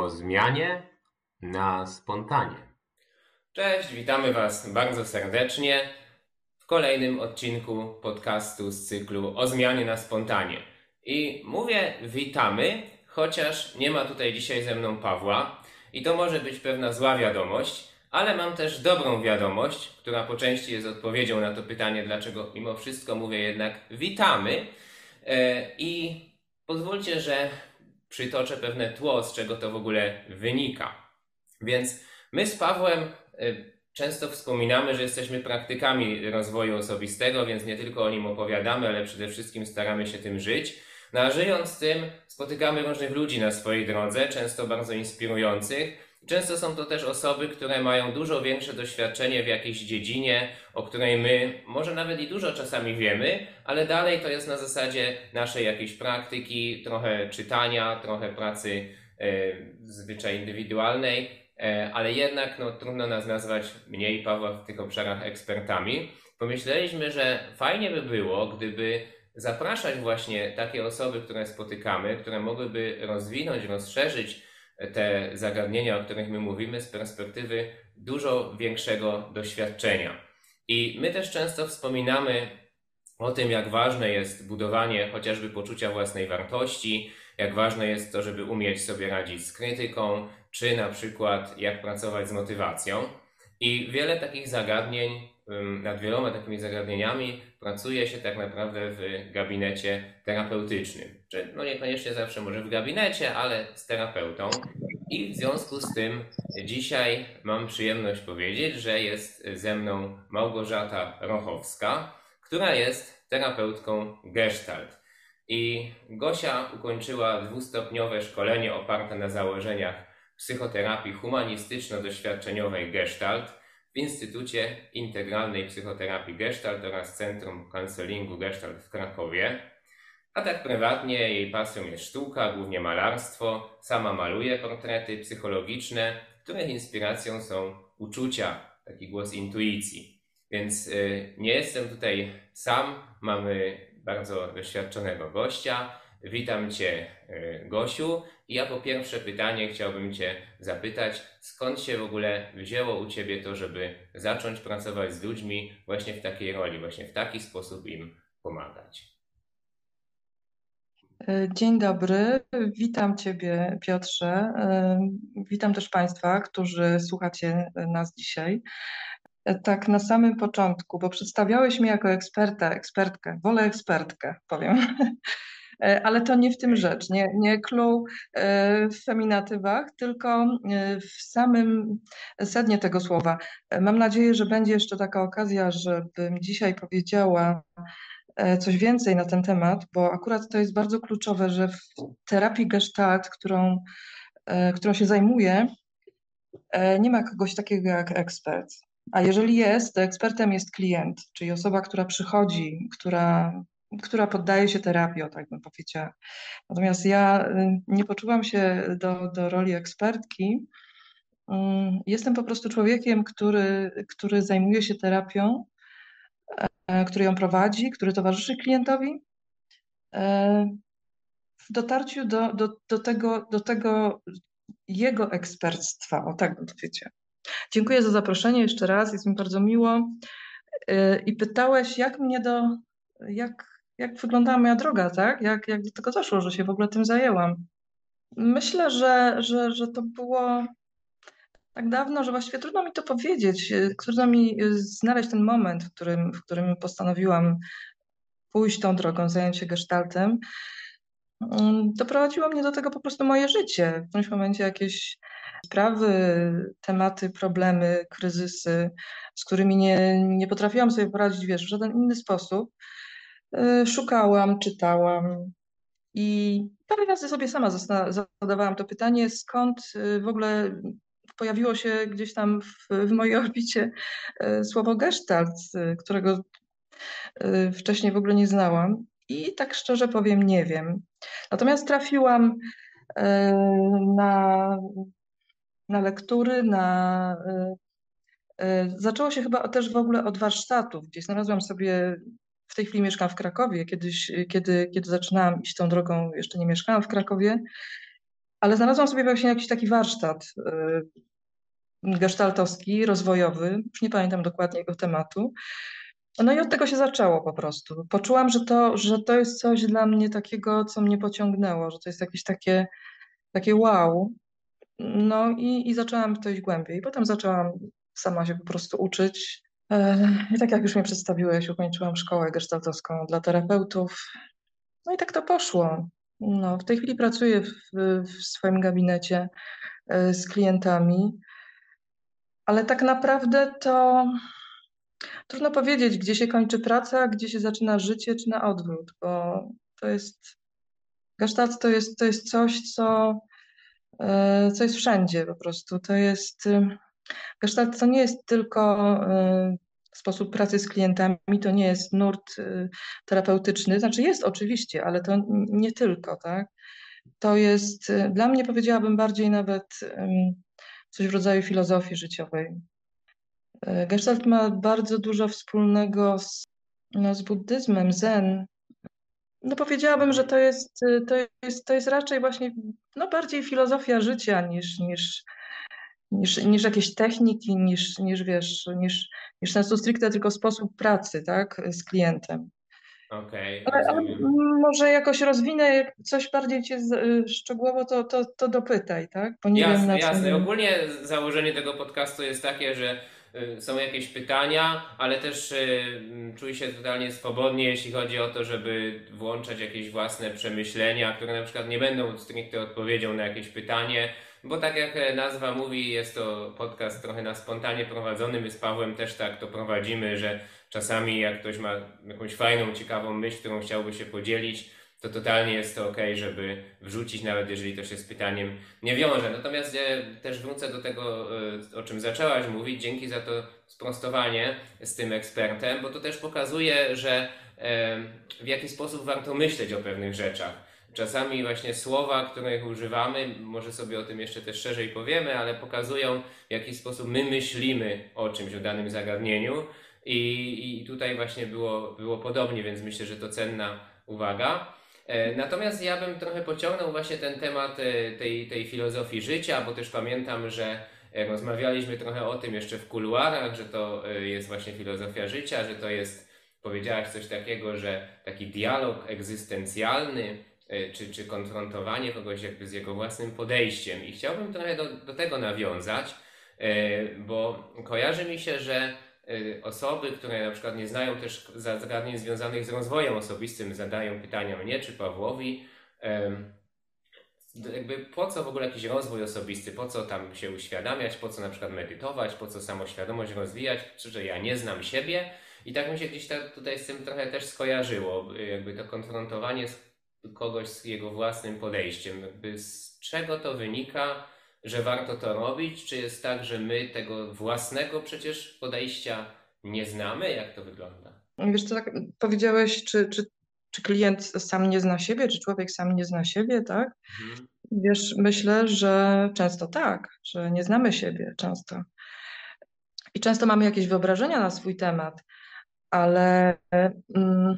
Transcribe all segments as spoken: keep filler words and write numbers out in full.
o zmianie na spontanie. Cześć, witamy Was bardzo serdecznie w kolejnym odcinku podcastu z cyklu o zmianie na spontanie. I mówię witamy, chociaż nie ma tutaj dzisiaj ze mną Pawła i to może być pewna zła wiadomość, ale mam też dobrą wiadomość, która po części jest odpowiedzią na to pytanie, dlaczego mimo wszystko mówię jednak witamy. I pozwólcie, że przytoczę pewne tło, z czego to w ogóle wynika. Więc my z Pawłem często wspominamy, że jesteśmy praktykami rozwoju osobistego, więc nie tylko o nim opowiadamy, ale przede wszystkim staramy się tym żyć. No a żyjąc tym, spotykamy różnych ludzi na swojej drodze, często bardzo inspirujących. Często są to też osoby, które mają dużo większe doświadczenie w jakiejś dziedzinie, o której my może nawet i dużo czasami wiemy, ale dalej to jest na zasadzie naszej jakiejś praktyki, trochę czytania, trochę pracy e, zwyczaj indywidualnej, e, ale jednak no, trudno nas nazwać, mnie i Pawła, w tych obszarach ekspertami. Pomyśleliśmy, że fajnie by było, gdyby zapraszać właśnie takie osoby, które spotykamy, które mogłyby rozwinąć, rozszerzyć te zagadnienia, o których my mówimy, z perspektywy dużo większego doświadczenia. I my też często wspominamy o tym, jak ważne jest budowanie chociażby poczucia własnej wartości, jak ważne jest to, żeby umieć sobie radzić z krytyką, czy na przykład jak pracować z motywacją. I wiele takich zagadnień, nad wieloma takimi zagadnieniami pracuje się tak naprawdę w gabinecie terapeutycznym. Czy no niekoniecznie zawsze może w gabinecie, ale z terapeutą. I w związku z tym dzisiaj mam przyjemność powiedzieć, że jest ze mną Małgorzata Rochowska, która jest terapeutką Gestalt. I Gosia ukończyła dwustopniowe szkolenie oparte na założeniach psychoterapii humanistyczno-doświadczeniowej Gestalt w Instytucie Integralnej Psychoterapii Gestalt oraz Centrum Counselingu Gestalt w Krakowie. A tak prywatnie jej pasją jest sztuka, głównie malarstwo. Sama maluje portrety psychologiczne, których inspiracją są uczucia, taki głos intuicji. Więc y, nie jestem tutaj sam, mamy bardzo doświadczonego gościa. Witam Cię, y, Gosiu. I ja po pierwsze pytanie chciałbym Cię zapytać, skąd się w ogóle wzięło u Ciebie to, żeby zacząć pracować z ludźmi właśnie w takiej roli, właśnie w taki sposób im pomagać? Dzień dobry, witam Ciebie, Piotrze. Witam też Państwa, którzy słuchacie nas dzisiaj. Tak na samym początku, bo przedstawiałeś mnie jako eksperta, ekspertkę, wolę ekspertkę, powiem. Ale to nie w tym rzecz, nie, nie clue w feminatywach, tylko w samym sednie tego słowa. Mam nadzieję, że będzie jeszcze taka okazja, żebym dzisiaj powiedziała coś więcej na ten temat, bo akurat to jest bardzo kluczowe, że w terapii gestalt, którą, którą się zajmuję, nie ma kogoś takiego jak ekspert. A jeżeli jest, to ekspertem jest klient, czyli osoba, która przychodzi, która, która poddaje się terapii, o tak bym powiedziała. Natomiast ja nie poczułam się do, do roli ekspertki. Jestem po prostu człowiekiem, który, który zajmuje się terapią, który ją prowadzi, który towarzyszy klientowi w dotarciu do, do, do, tego, do tego jego eksperctwa, o tak bym powiedziała. Dziękuję za zaproszenie jeszcze raz, jest mi bardzo miło. I pytałeś, jak mnie do, jak, jak wyglądała moja droga, tak? Jak, jak do tego doszło, że się w ogóle tym zajęłam. Myślę, że, że, że to było tak dawno, że właściwie trudno mi to powiedzieć. Trudno mi znaleźć ten moment, w którym, w którym postanowiłam pójść tą drogą, zająć się gestaltem. Doprowadziło mnie do tego po prostu moje życie. W którymś momencie jakieś sprawy, tematy, problemy, kryzysy, z którymi nie, nie potrafiłam sobie poradzić, wiesz, w żaden inny sposób. Szukałam, czytałam i parę razy sobie sama zadawałam to pytanie, skąd w ogóle pojawiło się gdzieś tam w, w mojej orbicie słowo gestalt, którego wcześniej w ogóle nie znałam. I tak szczerze powiem, nie wiem. Natomiast trafiłam na, na lektury, na... Zaczęło się chyba też w ogóle od warsztatów, gdzie znalazłam sobie, w tej chwili mieszkam w Krakowie, kiedyś, kiedy, kiedy zaczynałam iść tą drogą, jeszcze nie mieszkałam w Krakowie, ale znalazłam sobie właśnie jakiś taki warsztat gestaltowski, rozwojowy, już nie pamiętam dokładnie jego tematu. No i od tego się zaczęło po prostu. Poczułam, że to, że to jest coś dla mnie takiego, co mnie pociągnęło, że to jest jakieś takie, takie wow. No i, i zaczęłam w to iść głębiej. Potem zaczęłam sama się po prostu uczyć. E, I tak jak już mnie przedstawiłeś, ukończyłam szkołę gestaltowską dla terapeutów. No i tak to poszło. No, w tej chwili pracuję w, w swoim gabinecie e, z klientami, ale tak naprawdę to trudno powiedzieć, gdzie się kończy praca, gdzie się zaczyna życie, czy na odwrót, bo to jest, gestalt to jest, to jest coś, co, e, co jest wszędzie po prostu. To jest, y, gestalt to nie jest tylko y, sposób pracy z klientami, to nie jest nurt y, terapeutyczny, znaczy jest oczywiście, ale to n- nie tylko, tak? To jest, y, dla mnie powiedziałabym bardziej nawet ym, coś w rodzaju filozofii życiowej. Y, Gestalt ma bardzo dużo wspólnego z, no, z buddyzmem, zen. No powiedziałabym, że to jest, y, to jest, to jest raczej właśnie no, bardziej filozofia życia niż, niż, niż, niż jakieś techniki, niż, niż wiesz, niż, niż sensu stricte tylko sposób pracy, tak, z klientem. Okej, Ale, ale rozumiem. może jakoś rozwinę, jak coś bardziej cię z- y, szczegółowo, to, to, to dopytaj, tak? Bo nie wiem Jasne, na co. jasne. Ogólnie założenie tego podcastu jest takie, że y, są jakieś pytania, ale też y, mm, czuję się totalnie swobodnie, jeśli chodzi o to, żeby włączać jakieś własne przemyślenia, które na przykład nie będą stricte odpowiedzią na jakieś pytanie, bo tak jak e, nazwa mówi, jest to podcast trochę na spontanie prowadzony. My z Pawłem też tak to prowadzimy, że czasami jak ktoś ma jakąś fajną, ciekawą myśl, którą chciałby się podzielić, to totalnie jest to ok, żeby wrzucić, nawet jeżeli to się z pytaniem nie wiąże. Natomiast ja też wrócę do tego, e, o czym zaczęłaś mówić. Dzięki za to sprostowanie z tym ekspertem, bo to też pokazuje, że e, w jaki sposób warto myśleć o pewnych rzeczach. Czasami właśnie słowa, których używamy, może sobie o tym jeszcze też szerzej powiemy, ale pokazują, w jaki sposób my myślimy o czymś, o danym zagadnieniu. I, i tutaj właśnie było, było podobnie, więc myślę, że to cenna uwaga. E, Natomiast ja bym trochę pociągnął właśnie ten temat e, tej, tej filozofii życia, bo też pamiętam, że e, rozmawialiśmy trochę o tym jeszcze w kuluarach, że to e, jest właśnie filozofia życia, że to jest, powiedziałaś coś takiego, że taki dialog egzystencjalny, e, czy, czy konfrontowanie kogoś jakby z jego własnym podejściem. I chciałbym trochę do, do tego nawiązać, e, bo kojarzy mi się, że y, osoby, które na przykład nie znają też zagadnień związanych z rozwojem osobistym, zadają pytania mnie czy Pawłowi, em, jakby po co w ogóle jakiś rozwój osobisty, po co tam się uświadamiać, po co na przykład medytować, po co samoświadomość rozwijać, czy że ja nie znam siebie. I tak mi się gdzieś ta, tutaj z tym trochę też skojarzyło, y, jakby to konfrontowanie z kogoś z jego własnym podejściem, jakby z czego to wynika, że warto to robić, czy jest tak, że my tego własnego przecież podejścia nie znamy, jak to wygląda? Wiesz co, tak powiedziałeś, czy, czy, czy klient sam nie zna siebie, czy człowiek sam nie zna siebie, tak? Mhm. Wiesz, myślę, że często tak, że nie znamy siebie często. I często mamy jakieś wyobrażenia na swój temat, ale, mm,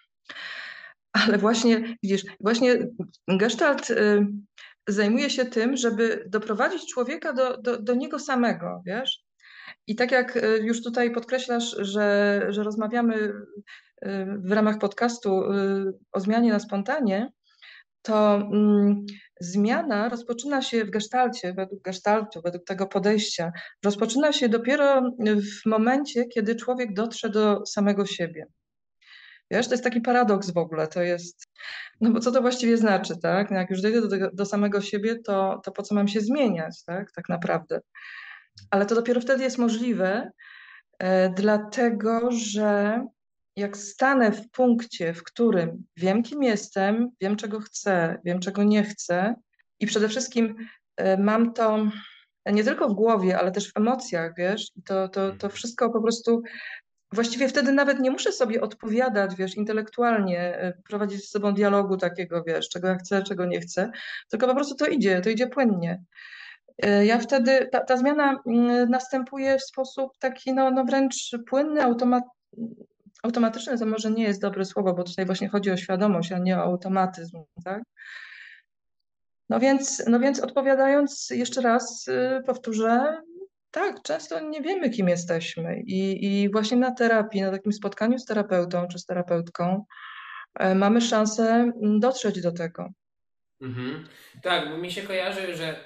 ale właśnie, widzisz, właśnie Gestalt y, zajmuje się tym, żeby doprowadzić człowieka do, do, do niego samego, wiesz? I tak jak y, już tutaj podkreślasz, że, że rozmawiamy y, w ramach podcastu y, o zmianie na spontanie, to mm, zmiana rozpoczyna się w gestalcie, według gestaltu, według tego podejścia, rozpoczyna się dopiero w momencie, kiedy człowiek dotrze do samego siebie. Wiesz, to jest taki paradoks w ogóle, to jest, no bo co to właściwie znaczy, tak? No jak już dojdę do, tego, do samego siebie, to, to po co mam się zmieniać, tak? Tak naprawdę. Ale to dopiero wtedy jest możliwe, e, dlatego że jak stanę w punkcie, w którym wiem, kim jestem, wiem, czego chcę, wiem, czego nie chcę i przede wszystkim e, mam to nie tylko w głowie, ale też w emocjach, wiesz, i to, to, to wszystko po prostu właściwie wtedy nawet nie muszę sobie odpowiadać, wiesz, intelektualnie, e, prowadzić z sobą dialogu takiego, wiesz, czego ja chcę, czego nie chcę, tylko po prostu to idzie, to idzie płynnie. E, Ja wtedy, ta, ta zmiana mm, następuje w sposób taki, no, no wręcz płynny, automat, automatyczny, to może nie jest dobre słowo, bo tutaj właśnie chodzi o świadomość, a nie o automatyzm, tak? No więc, no więc odpowiadając jeszcze raz, y, powtórzę, tak, często nie wiemy, kim jesteśmy i, i właśnie na terapii, na takim spotkaniu z terapeutą czy z terapeutką e, mamy szansę mm, dotrzeć do tego. Mhm. Tak, bo mi się kojarzy, że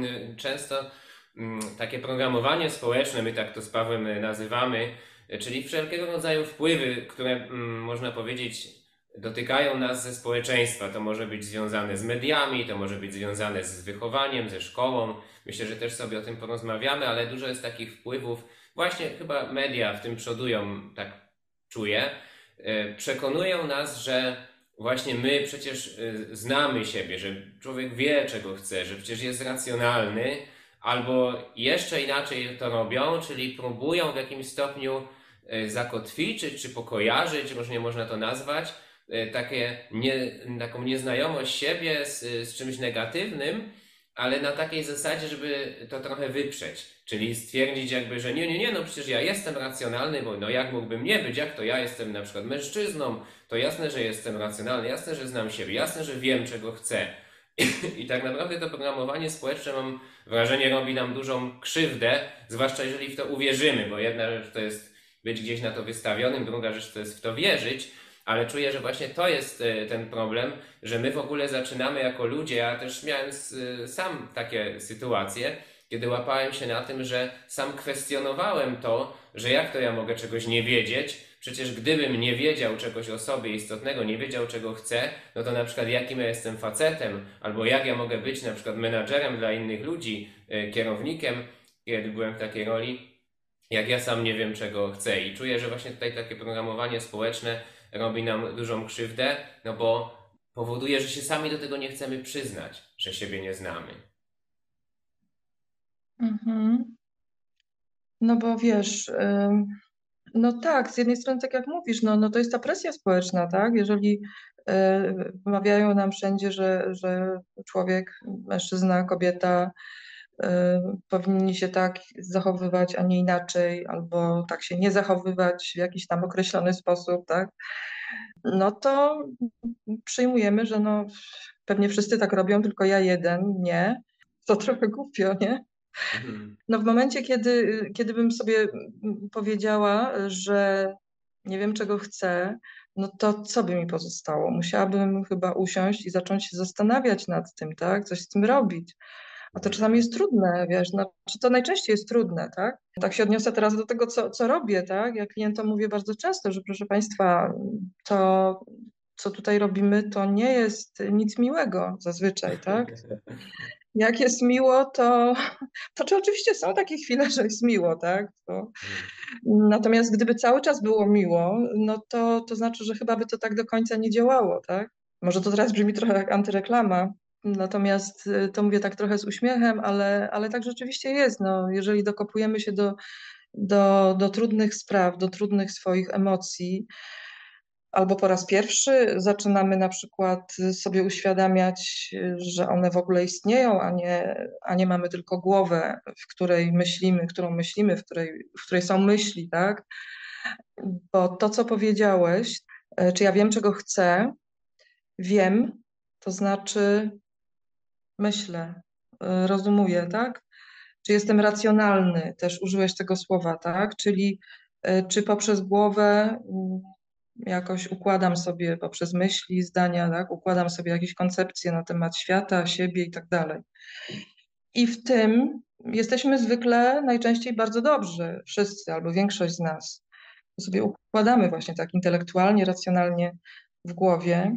często mm, takie programowanie społeczne, my tak to z Pawłem e, nazywamy, e, czyli wszelkiego rodzaju wpływy, które mm, można powiedzieć dotykają nas ze społeczeństwa. To może być związane z mediami, to może być związane z wychowaniem, ze szkołą. Myślę, że też sobie o tym porozmawiamy, ale dużo jest takich wpływów. Właśnie chyba media w tym przodują, tak czuję. E, Przekonują nas, że właśnie my przecież y, znamy siebie, że człowiek wie, czego chce, że przecież jest racjonalny, albo jeszcze inaczej to robią, czyli próbują w jakimś stopniu y, zakotwiczyć, czy pokojarzyć, różnie można to nazwać, y, takie nie, taką nieznajomość siebie z, z czymś negatywnym, ale na takiej zasadzie, żeby to trochę wyprzeć. Czyli stwierdzić jakby, że nie, nie, nie, no przecież ja jestem racjonalny, bo no jak mógłbym nie być, jak to ja jestem na przykład mężczyzną, to jasne, że jestem racjonalny, jasne, że znam siebie, jasne, że wiem, czego chcę. I, i tak naprawdę to programowanie społeczne, mam wrażenie, robi nam dużą krzywdę, zwłaszcza jeżeli w to uwierzymy, bo jedna rzecz to jest być gdzieś na to wystawionym, druga rzecz to jest w to wierzyć, ale czuję, że właśnie to jest e, ten problem, że my w ogóle zaczynamy jako ludzie, ja też miałem s- sam takie sytuacje, kiedy łapałem się na tym, że sam kwestionowałem to, że jak to ja mogę czegoś nie wiedzieć. Przecież gdybym nie wiedział czegoś o sobie istotnego, nie wiedział czego chcę, no to na przykład jakim ja jestem facetem, albo jak ja mogę być na przykład menadżerem dla innych ludzi, e, kierownikiem, kiedy byłem w takiej roli, jak ja sam nie wiem czego chcę. I czuję, że właśnie tutaj takie programowanie społeczne robi nam dużą krzywdę, no bo powoduje, że się sami do tego nie chcemy przyznać, że siebie nie znamy. Mhm. No bo wiesz, ym, no tak, z jednej strony tak jak mówisz, no, no to jest ta presja społeczna, tak? Jeżeli y, wmawiają nam wszędzie, że, że człowiek, mężczyzna, kobieta y, powinni się tak zachowywać, a nie inaczej, albo tak się nie zachowywać w jakiś tam określony sposób, tak? No to przyjmujemy, że no pewnie wszyscy tak robią, tylko ja jeden nie. To trochę głupio, nie? Mhm. No w momencie, kiedy, kiedy bym sobie mm, powiedziała, że nie wiem, czego chcę, no to co by mi pozostało? Musiałabym chyba usiąść i zacząć się zastanawiać nad tym, tak? Coś z tym robić. A to czasami jest trudne, wiesz, znaczy to najczęściej jest trudne, tak? Tak się odniosę teraz do tego, co, co robię, tak? Ja klientom mówię bardzo często, że proszę Państwa, to co tutaj robimy, to nie jest nic miłego zazwyczaj, tak? Jak jest miło, to, to czy oczywiście są takie chwile, że jest miło, tak? To, natomiast gdyby cały czas było miło, no to, to znaczy, że chyba by to tak do końca nie działało, tak? Może to teraz brzmi trochę jak antyreklama, natomiast y, to mówię tak trochę z uśmiechem, ale, ale tak rzeczywiście jest. No, jeżeli dokopujemy się do, do, do trudnych spraw, do trudnych swoich emocji, albo po raz pierwszy zaczynamy na przykład sobie uświadamiać, że one w ogóle istnieją, a nie, a nie mamy tylko głowę, w której myślimy, którą myślimy, w której, w której są myśli, tak? Bo to, co powiedziałeś, e, czy ja wiem, czego chcę, wiem, to znaczy myślę, e, rozumuję, tak? Czy jestem racjonalny, też użyłeś tego słowa, tak? Czyli e, czy poprzez głowę mm, jakoś układam sobie poprzez myśli, zdania, tak? Układam sobie jakieś koncepcje na temat świata, siebie i tak dalej. I w tym jesteśmy zwykle najczęściej bardzo dobrzy, wszyscy albo większość z nas. To sobie układamy właśnie tak intelektualnie, racjonalnie w głowie.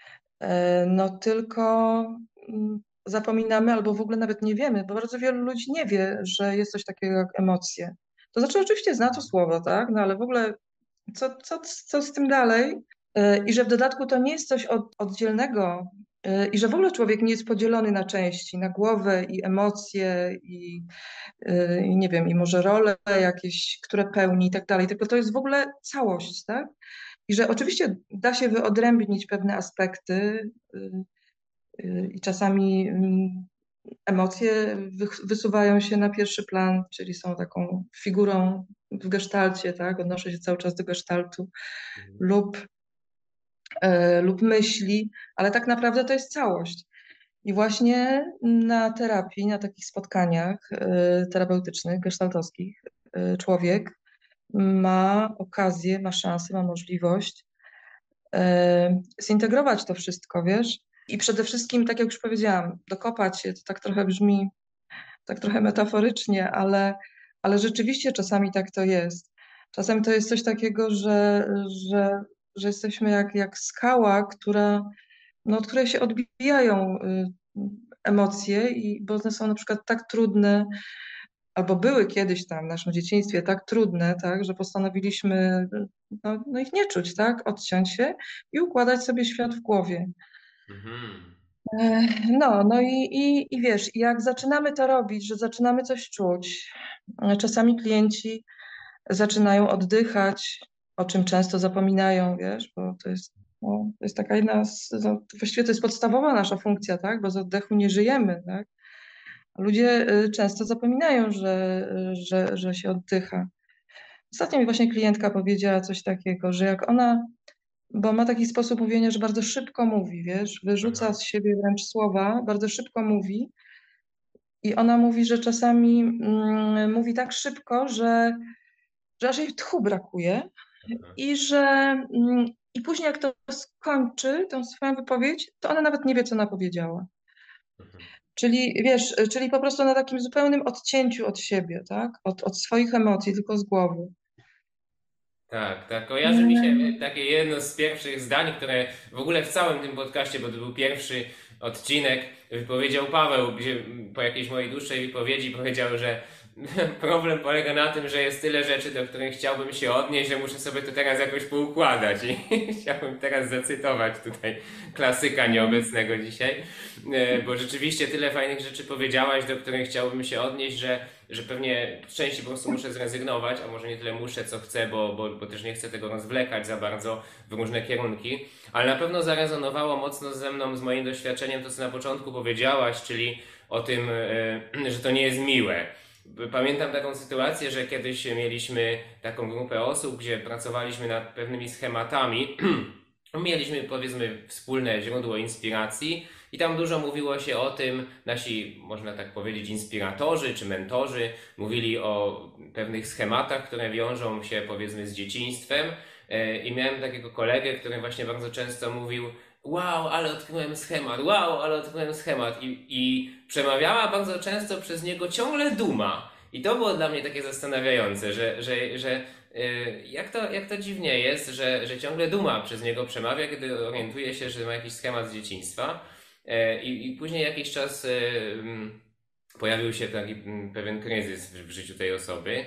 E, No tylko mm, zapominamy albo w ogóle nawet nie wiemy, bo bardzo wielu ludzi nie wie, że jest coś takiego jak emocje. To znaczy oczywiście zna to słowo, tak? No ale w ogóle co, co, co z tym dalej? E, I że w dodatku to nie jest coś od, oddzielnego e, i że w ogóle człowiek nie jest podzielony na części, na głowę i emocje i, e, i nie wiem, i może role jakieś, które pełni i tak dalej, tylko to jest w ogóle całość, tak? I że oczywiście da się wyodrębnić pewne aspekty y, y, i czasami mm, emocje wy, wysuwają się na pierwszy plan, czyli są taką figurą w gestalcie, tak? Odnoszę się cały czas do gestaltu lub, e, lub myśli, ale tak naprawdę to jest całość. I właśnie na terapii, na takich spotkaniach y, terapeutycznych, gestaltowskich, y, człowiek ma okazję, ma szansę, ma możliwość y, zintegrować to wszystko, wiesz? I przede wszystkim, tak jak już powiedziałam, dokopać się, to tak trochę brzmi, tak trochę metaforycznie, ale, ale rzeczywiście czasami tak to jest. Czasem to jest coś takiego, że, że, że jesteśmy jak, jak skała, która, no, od której się odbijają y, emocje, i, bo one są na przykład tak trudne, albo były kiedyś tam w naszym dzieciństwie tak trudne, tak, że postanowiliśmy no, no ich nie czuć, tak, odciąć się i układać sobie świat w głowie. Mhm. E, No, no i, i, i wiesz, jak zaczynamy to robić, że zaczynamy coś czuć, e, czasami klienci zaczynają oddychać, o czym często zapominają, wiesz, bo to jest, no, to jest taka jedna z, no, właściwie to jest podstawowa nasza funkcja, tak, bo z oddechu nie żyjemy, tak. Ludzie y, często zapominają, że, y, że, że się oddycha. Ostatnio mi właśnie klientka powiedziała coś takiego, że jak ona, bo ma taki sposób mówienia, że bardzo szybko mówi, wiesz, wyrzuca Aha. z siebie wręcz słowa, bardzo szybko mówi, i ona mówi, że czasami mm, mówi tak szybko, że, że aż jej tchu brakuje, Aha. i że mm, i później jak to skończy, tą swoją wypowiedź, to ona nawet nie wie, co ona powiedziała. Mhm. Czyli wiesz, czyli po prostu na takim zupełnym odcięciu od siebie, tak? Od, od swoich emocji, tylko z głowy. Tak, tak. Kojarzy mi się Mm, takie jedno z pierwszych zdań, które w ogóle w całym tym podcaście, bo to był pierwszy odcinek, wypowiedział Paweł, gdzie po jakiejś mojej dłuższej wypowiedzi powiedział, że problem polega na tym, że jest tyle rzeczy, do których chciałbym się odnieść, że muszę sobie to teraz jakoś poukładać. I chciałbym teraz zacytować tutaj klasyka nieobecnego dzisiaj, e, bo rzeczywiście tyle fajnych rzeczy powiedziałaś, do których chciałbym się odnieść, że że pewnie z części po prostu muszę zrezygnować, a może nie tyle muszę, co chcę, bo, bo, bo też nie chcę tego rozwlekać za bardzo w różne kierunki, ale na pewno zarezonowało mocno ze mną, z moim doświadczeniem to, co na początku powiedziałaś, czyli o tym, e, że to nie jest miłe. Pamiętam taką sytuację, że kiedyś mieliśmy taką grupę osób, gdzie pracowaliśmy nad pewnymi schematami. Mieliśmy, powiedzmy, wspólne źródło inspiracji i tam dużo mówiło się o tym, nasi, można tak powiedzieć, inspiratorzy czy mentorzy mówili o pewnych schematach, które wiążą się, powiedzmy, z dzieciństwem. E, I miałem takiego kolegę, który właśnie bardzo często mówił: wow, ale odkryłem schemat, wow, ale odkryłem schemat. I, i przemawiała bardzo często przez niego ciągle duma. I to było dla mnie takie zastanawiające, że, że, że y, jak to, jak to dziwnie jest, że, że ciągle duma przez niego przemawia, kiedy orientuje się, że ma jakiś schemat z dzieciństwa. E, I, i później jakiś czas y, mm, pojawił się taki mm, pewien kryzys w, w życiu tej osoby.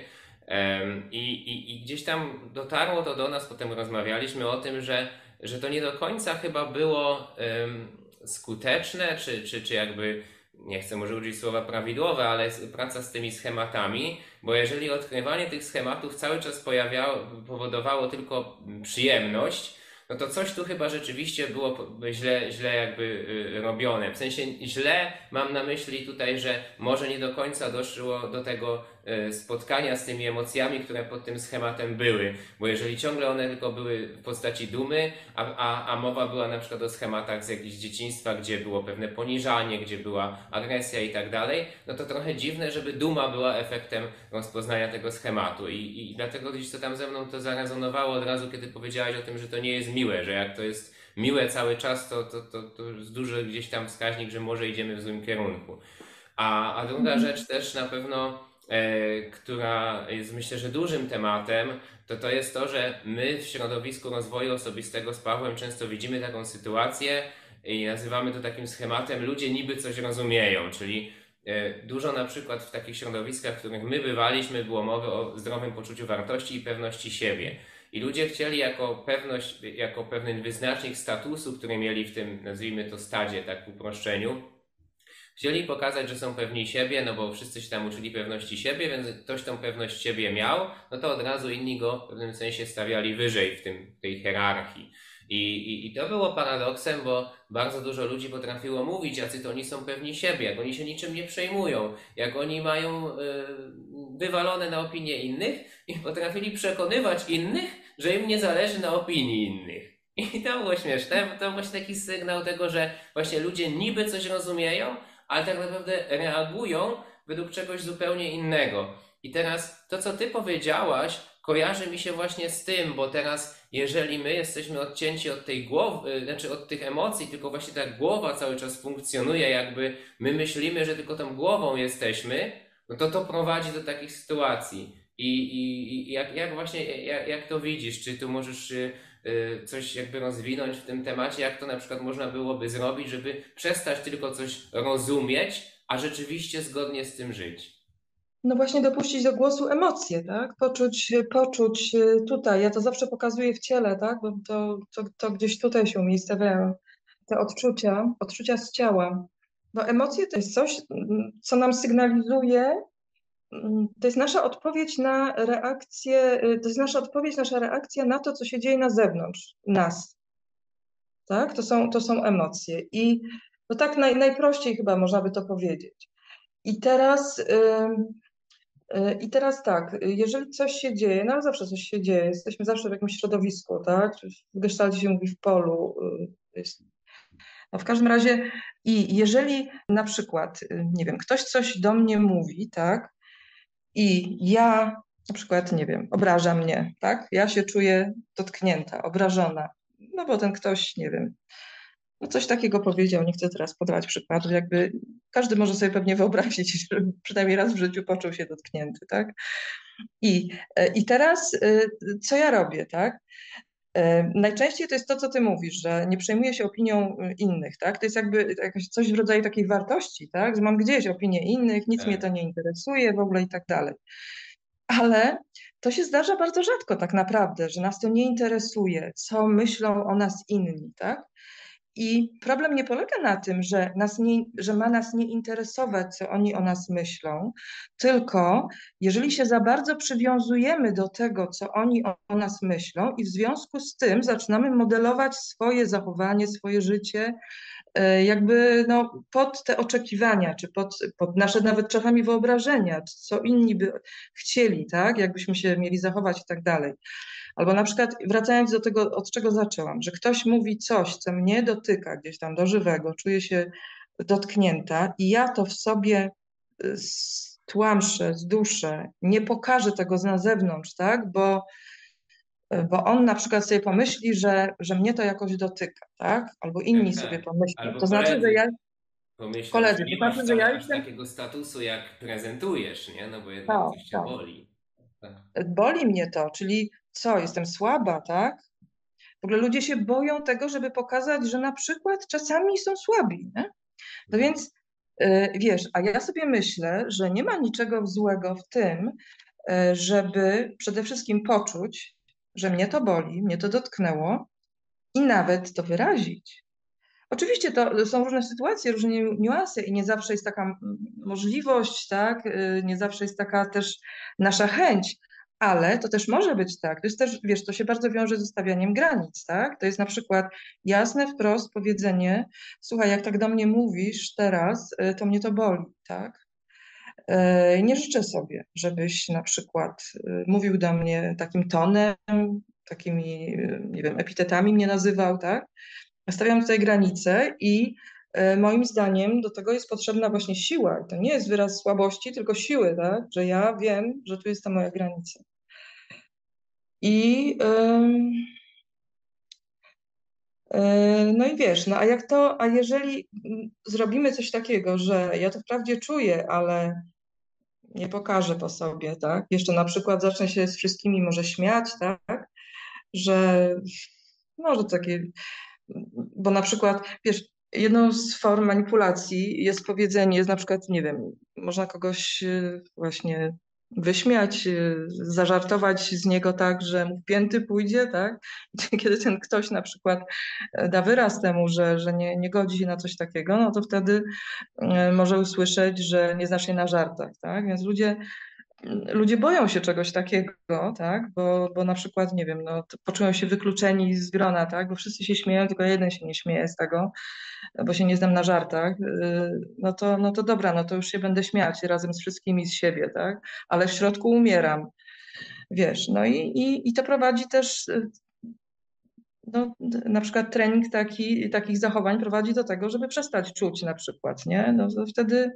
Em, I, i, I gdzieś tam dotarło to do nas, potem rozmawialiśmy o tym, że, że to nie do końca chyba było em, skuteczne, czy, czy, czy jakby, nie chcę może użyć słowa prawidłowe, ale praca z tymi schematami, bo jeżeli odkrywanie tych schematów cały czas pojawiało, powodowało tylko przyjemność, no to coś tu chyba rzeczywiście było źle, źle jakby y, robione. W sensie źle mam na myśli tutaj, że może nie do końca doszło do tego y, spotkania z tymi emocjami, które pod tym schematem były. Bo jeżeli ciągle one tylko były w postaci dumy, a, a, a mowa była na przykład o schematach z jakiegoś dzieciństwa, gdzie było pewne poniżanie, gdzie była agresja i tak dalej, no to trochę dziwne, żeby duma była efektem rozpoznania tego schematu. I, i dlatego gdzieś to tam ze mną to zarezonowało od razu, kiedy powiedziałaś o tym, że to nie jest miłe, że jak to jest miłe cały czas, to, to, to, to jest duży gdzieś tam wskaźnik, że może idziemy w złym kierunku. A, a druga rzecz też na pewno, e, która jest myślę, że dużym tematem, to to jest to, że my w środowisku rozwoju osobistego z Pawłem często widzimy taką sytuację i nazywamy to takim schematem: ludzie niby coś rozumieją, czyli e, dużo na przykład w takich środowiskach, w których my bywaliśmy, było mowy o zdrowym poczuciu wartości i pewności siebie. I ludzie chcieli jako pewność, jako pewien wyznacznik statusu, który mieli w tym, nazwijmy to, stadzie, tak w uproszczeniu, chcieli pokazać, że są pewni siebie, no bo wszyscy się tam uczyli pewności siebie, więc ktoś tą pewność siebie miał, no to od razu inni go w pewnym sensie stawiali wyżej w tym, tej hierarchii. I, i, I to było paradoksem, bo bardzo dużo ludzi potrafiło mówić, jacy to oni są pewni siebie, jak oni się niczym nie przejmują, jak oni mają y, wywalone na opinie innych i potrafili przekonywać innych, że im nie zależy na opinii innych. I to było śmieszne, to właśnie taki sygnał tego, że właśnie ludzie niby coś rozumieją, ale tak naprawdę reagują według czegoś zupełnie innego. I teraz to, co ty powiedziałaś, kojarzy mi się właśnie z tym, bo teraz jeżeli my jesteśmy odcięci od tej głowy, znaczy od tych emocji, tylko właśnie ta głowa cały czas funkcjonuje, jakby my myślimy, że tylko tą głową jesteśmy, no to to prowadzi do takich sytuacji. I, i, i jak, jak właśnie, jak, jak to widzisz? Czy tu możesz y, y, coś jakby rozwinąć w tym temacie? Jak to na przykład można byłoby zrobić, żeby przestać tylko coś rozumieć, a rzeczywiście zgodnie z tym żyć? No właśnie dopuścić do głosu emocje, tak? Poczuć, poczuć y, tutaj, ja to zawsze pokazuję w ciele, tak? Bo to, to, to gdzieś tutaj się umiejscowiają. Te odczucia, odczucia z ciała. No emocje to jest coś, mm, co nam sygnalizuje, mm, to jest nasza odpowiedź na reakcję, y, to jest nasza odpowiedź, nasza reakcja na to, co się dzieje na zewnątrz nas, tak? To są, to są emocje. I no tak naj, najprościej chyba można by to powiedzieć. I teraz... I teraz tak, jeżeli coś się dzieje, no zawsze coś się dzieje, jesteśmy zawsze w jakimś środowisku, tak? W gestalcie się mówi w polu. Jest. No w każdym razie, i jeżeli na przykład, nie wiem, ktoś coś do mnie mówi, tak? I ja na przykład, nie wiem, obraża mnie, tak? Ja się czuję dotknięta, obrażona. No bo ten ktoś, nie wiem, no coś takiego powiedział, nie chcę teraz podawać przykładów, jakby każdy może sobie pewnie wyobrazić, że przynajmniej raz w życiu poczuł się dotknięty, tak? I, i teraz co ja robię, tak? Najczęściej to jest to, co ty mówisz, że nie przejmuję się opinią innych, tak? To jest jakby jakoś coś w rodzaju takiej wartości, tak? Że mam gdzieś opinię innych, nic mnie to nie interesuje w ogóle i tak dalej. Ale to się zdarza bardzo rzadko tak naprawdę, że nas to nie interesuje, co myślą o nas inni, tak? I problem nie polega na tym, że, nas nie, że ma nas nie interesować, co oni o nas myślą, tylko jeżeli się za bardzo przywiązujemy do tego, co oni o, o nas myślą, i w związku z tym zaczynamy modelować swoje zachowanie, swoje życie, jakby no, pod te oczekiwania, czy pod, pod nasze nawet czasami wyobrażenia, co inni by chcieli, tak, jakbyśmy się mieli zachować i tak dalej. Albo na przykład wracając do tego, od czego zaczęłam, że ktoś mówi coś, co mnie dotyka gdzieś tam do żywego, czuję się dotknięta i ja to w sobie stłamszę, zduszę, nie pokażę tego na zewnątrz, tak, bo, bo on na przykład sobie pomyśli, że, że mnie to jakoś dotyka, tak, albo inni Tak, sobie tak. pomyślą. Albo To znaczy, że koledzy ja, pomyślą, że koledzy, nie to znaczy, masz że ja wcale aż jestem, takiego statusu, jak prezentujesz, nie? No bo jednak tak, coś cię tak, boli. Tak. boli mnie to, czyli co, jestem słaba, tak? W ogóle ludzie się boją tego, żeby pokazać, że na przykład czasami są słabi, nie? No więc y, wiesz, a ja sobie myślę, że nie ma niczego złego w tym, y, żeby przede wszystkim poczuć, że mnie to boli, mnie to dotknęło i nawet to wyrazić. Oczywiście to są różne sytuacje, różne niuanse i nie zawsze jest taka mm, możliwość, tak? Y, Nie zawsze jest taka też nasza chęć, ale to też może być tak. To jest też, wiesz, to się bardzo wiąże ze stawianiem granic, tak? To jest na przykład jasne wprost powiedzenie, słuchaj, jak tak do mnie mówisz teraz, y, to mnie to boli, tak? Y, Nie życzę sobie, żebyś na przykład y, mówił do mnie takim tonem, takimi, y, nie wiem, epitetami mnie nazywał, tak? Stawiam tutaj granice i e, moim zdaniem do tego jest potrzebna właśnie siła. I to nie jest wyraz słabości, tylko siły, tak? Że ja wiem, że tu jest ta moja granica. I ym, yy, no i wiesz, no a jak to, a jeżeli mm, zrobimy coś takiego, że ja to wprawdzie czuję, ale nie pokażę po sobie, tak? Jeszcze na przykład zacznę się z wszystkimi może śmiać, tak? Że może takie, bo na przykład, wiesz, jedną z form manipulacji jest powiedzenie, jest na przykład, nie wiem, można kogoś y, właśnie wyśmiać, y, zażartować z niego tak, że mu w pięty pójdzie, tak? Kiedy ten ktoś na przykład e, da wyraz temu, że, że nie, nie godzi się na coś takiego, no to wtedy e, może usłyszeć, że nie znasz się na żartach, tak? Więc ludzie ludzie boją się czegoś takiego, tak? Bo, bo na przykład, nie wiem, no, to poczują się wykluczeni z grona, tak? Bo wszyscy się śmieją, tylko jeden się nie śmieje z tego, bo się nie znam na żartach. Yy, No to, no to dobra, no to już się będę śmiać razem z wszystkimi z siebie, tak? Ale w środku umieram, wiesz. No i, i, i to prowadzi też, yy, no, na przykład trening taki, takich zachowań prowadzi do tego, żeby przestać czuć na przykład, nie? No to wtedy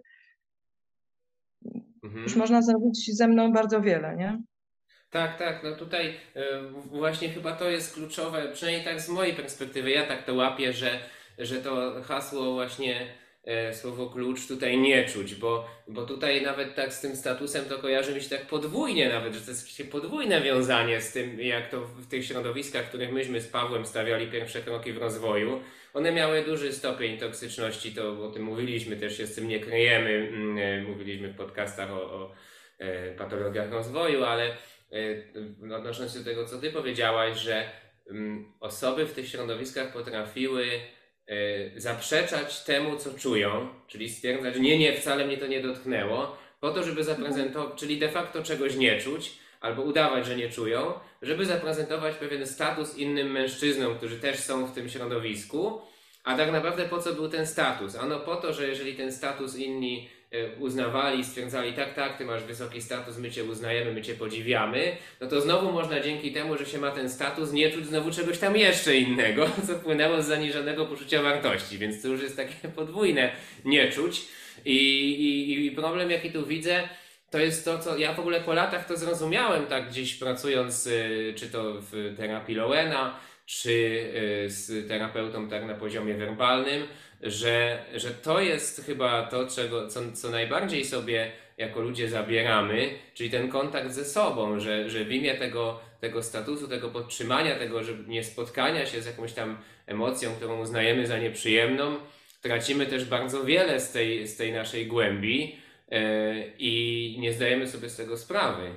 już Mhm. można zrobić ze mną bardzo wiele, nie? Tak, tak, no tutaj e, właśnie chyba to jest kluczowe, przynajmniej tak z mojej perspektywy, ja tak to łapię, że, że to hasło właśnie, e, słowo klucz tutaj nie czuć, bo, bo tutaj nawet tak z tym statusem to kojarzy mi się tak podwójnie nawet, że to jest jakieś podwójne wiązanie z tym, jak to w tych środowiskach, w których myśmy z Pawłem stawiali pierwsze kroki w rozwoju, one miały duży stopień toksyczności, to o tym mówiliśmy, też się z tym nie kryjemy, mm, e, mówiliśmy w podcastach o, o e, patologiach rozwoju, ale e, odnosząc się do tego, co ty powiedziałaś, że mm, osoby w tych środowiskach potrafiły e, zaprzeczać temu, co czują, czyli stwierdzać, nie, nie, wcale mnie to nie dotknęło, po to, żeby zaprezentować, czyli de facto czegoś nie czuć, albo udawać, że nie czują, żeby zaprezentować pewien status innym mężczyznom, którzy też są w tym środowisku. A tak naprawdę po co był ten status? Ano po to, że jeżeli ten status inni e, uznawali, stwierdzali, tak, tak, ty masz wysoki status, my cię uznajemy, my cię podziwiamy, no to znowu można dzięki temu, że się ma ten status, nie czuć znowu czegoś tam jeszcze innego, co płynęło z zaniżonego poczucia wartości, więc to już jest takie podwójne nie czuć. I, i, i problem, jaki tu widzę, to jest to, co ja w ogóle po latach to zrozumiałem, tak gdzieś pracując, y, czy to w terapii Lowena, czy y, z terapeutą tak na poziomie werbalnym, że, że to jest chyba to, czego, co, co najbardziej sobie jako ludzie zabieramy, czyli ten kontakt ze sobą, że, że w imię tego, tego statusu, tego podtrzymania, tego, że nie spotkania się z jakąś tam emocją, którą uznajemy za nieprzyjemną, tracimy też bardzo wiele z tej, z tej naszej głębi e, i nie zdajemy sobie z tego sprawy.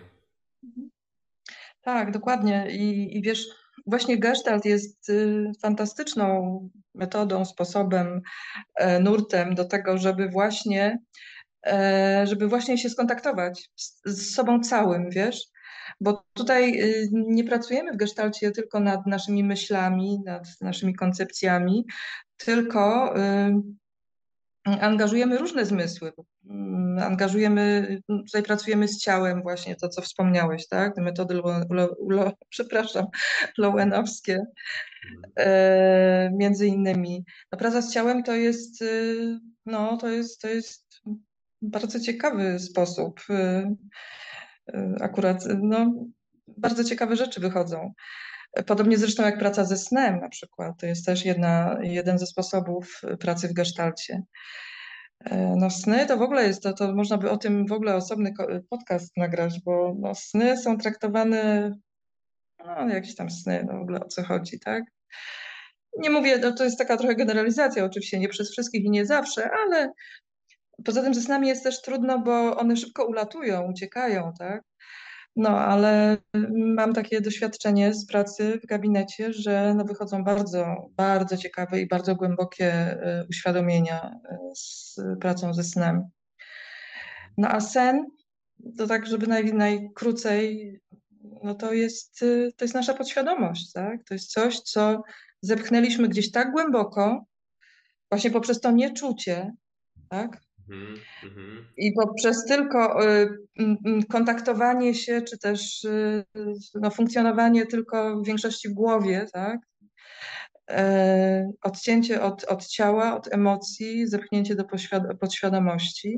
Tak, dokładnie. I, i wiesz, właśnie Gestalt jest y, fantastyczną metodą, sposobem, e, nurtem do tego, żeby właśnie, e, żeby właśnie się skontaktować z, z sobą całym, wiesz? Bo tutaj y, nie pracujemy w Gestalcie tylko nad naszymi myślami, nad naszymi koncepcjami, tylko y, angażujemy różne zmysły. Mm, Angażujemy, tutaj pracujemy z ciałem właśnie, to co wspomniałeś, tak? Te metody, lo, lo, lo, przepraszam, lowenowskie, e, między innymi. No, praca z ciałem to jest, y, no, to jest, to jest bardzo ciekawy sposób. y, y, Akurat, no, bardzo ciekawe rzeczy wychodzą. Podobnie zresztą jak praca ze snem na przykład. To jest też jedna, jeden ze sposobów pracy w gestalcie. E, No sny to w ogóle jest, to, to można by o tym w ogóle osobny ko- podcast nagrać, bo no, sny są traktowane, no jakieś tam sny, no w ogóle o co chodzi, tak? Nie mówię, no to jest taka trochę generalizacja, oczywiście nie przez wszystkich i nie zawsze, ale poza tym ze snami jest też trudno, bo one szybko ulatują, uciekają, tak? No, ale mam takie doświadczenie z pracy w gabinecie, że no wychodzą bardzo, bardzo ciekawe i bardzo głębokie e, uświadomienia e, z pracą ze snem. No a sen, to tak, żeby naj, najkrócej, no to jest, y, to jest nasza podświadomość, tak? To jest coś, co zepchnęliśmy gdzieś tak głęboko, właśnie poprzez to nieczucie, tak? Mhm, mhm. I poprzez tylko y, m, m, kontaktowanie się, czy też y, no, funkcjonowanie tylko w większości w głowie, tak? E, odcięcie od, od ciała, od emocji, zepchnięcie do poświad- podświadomości.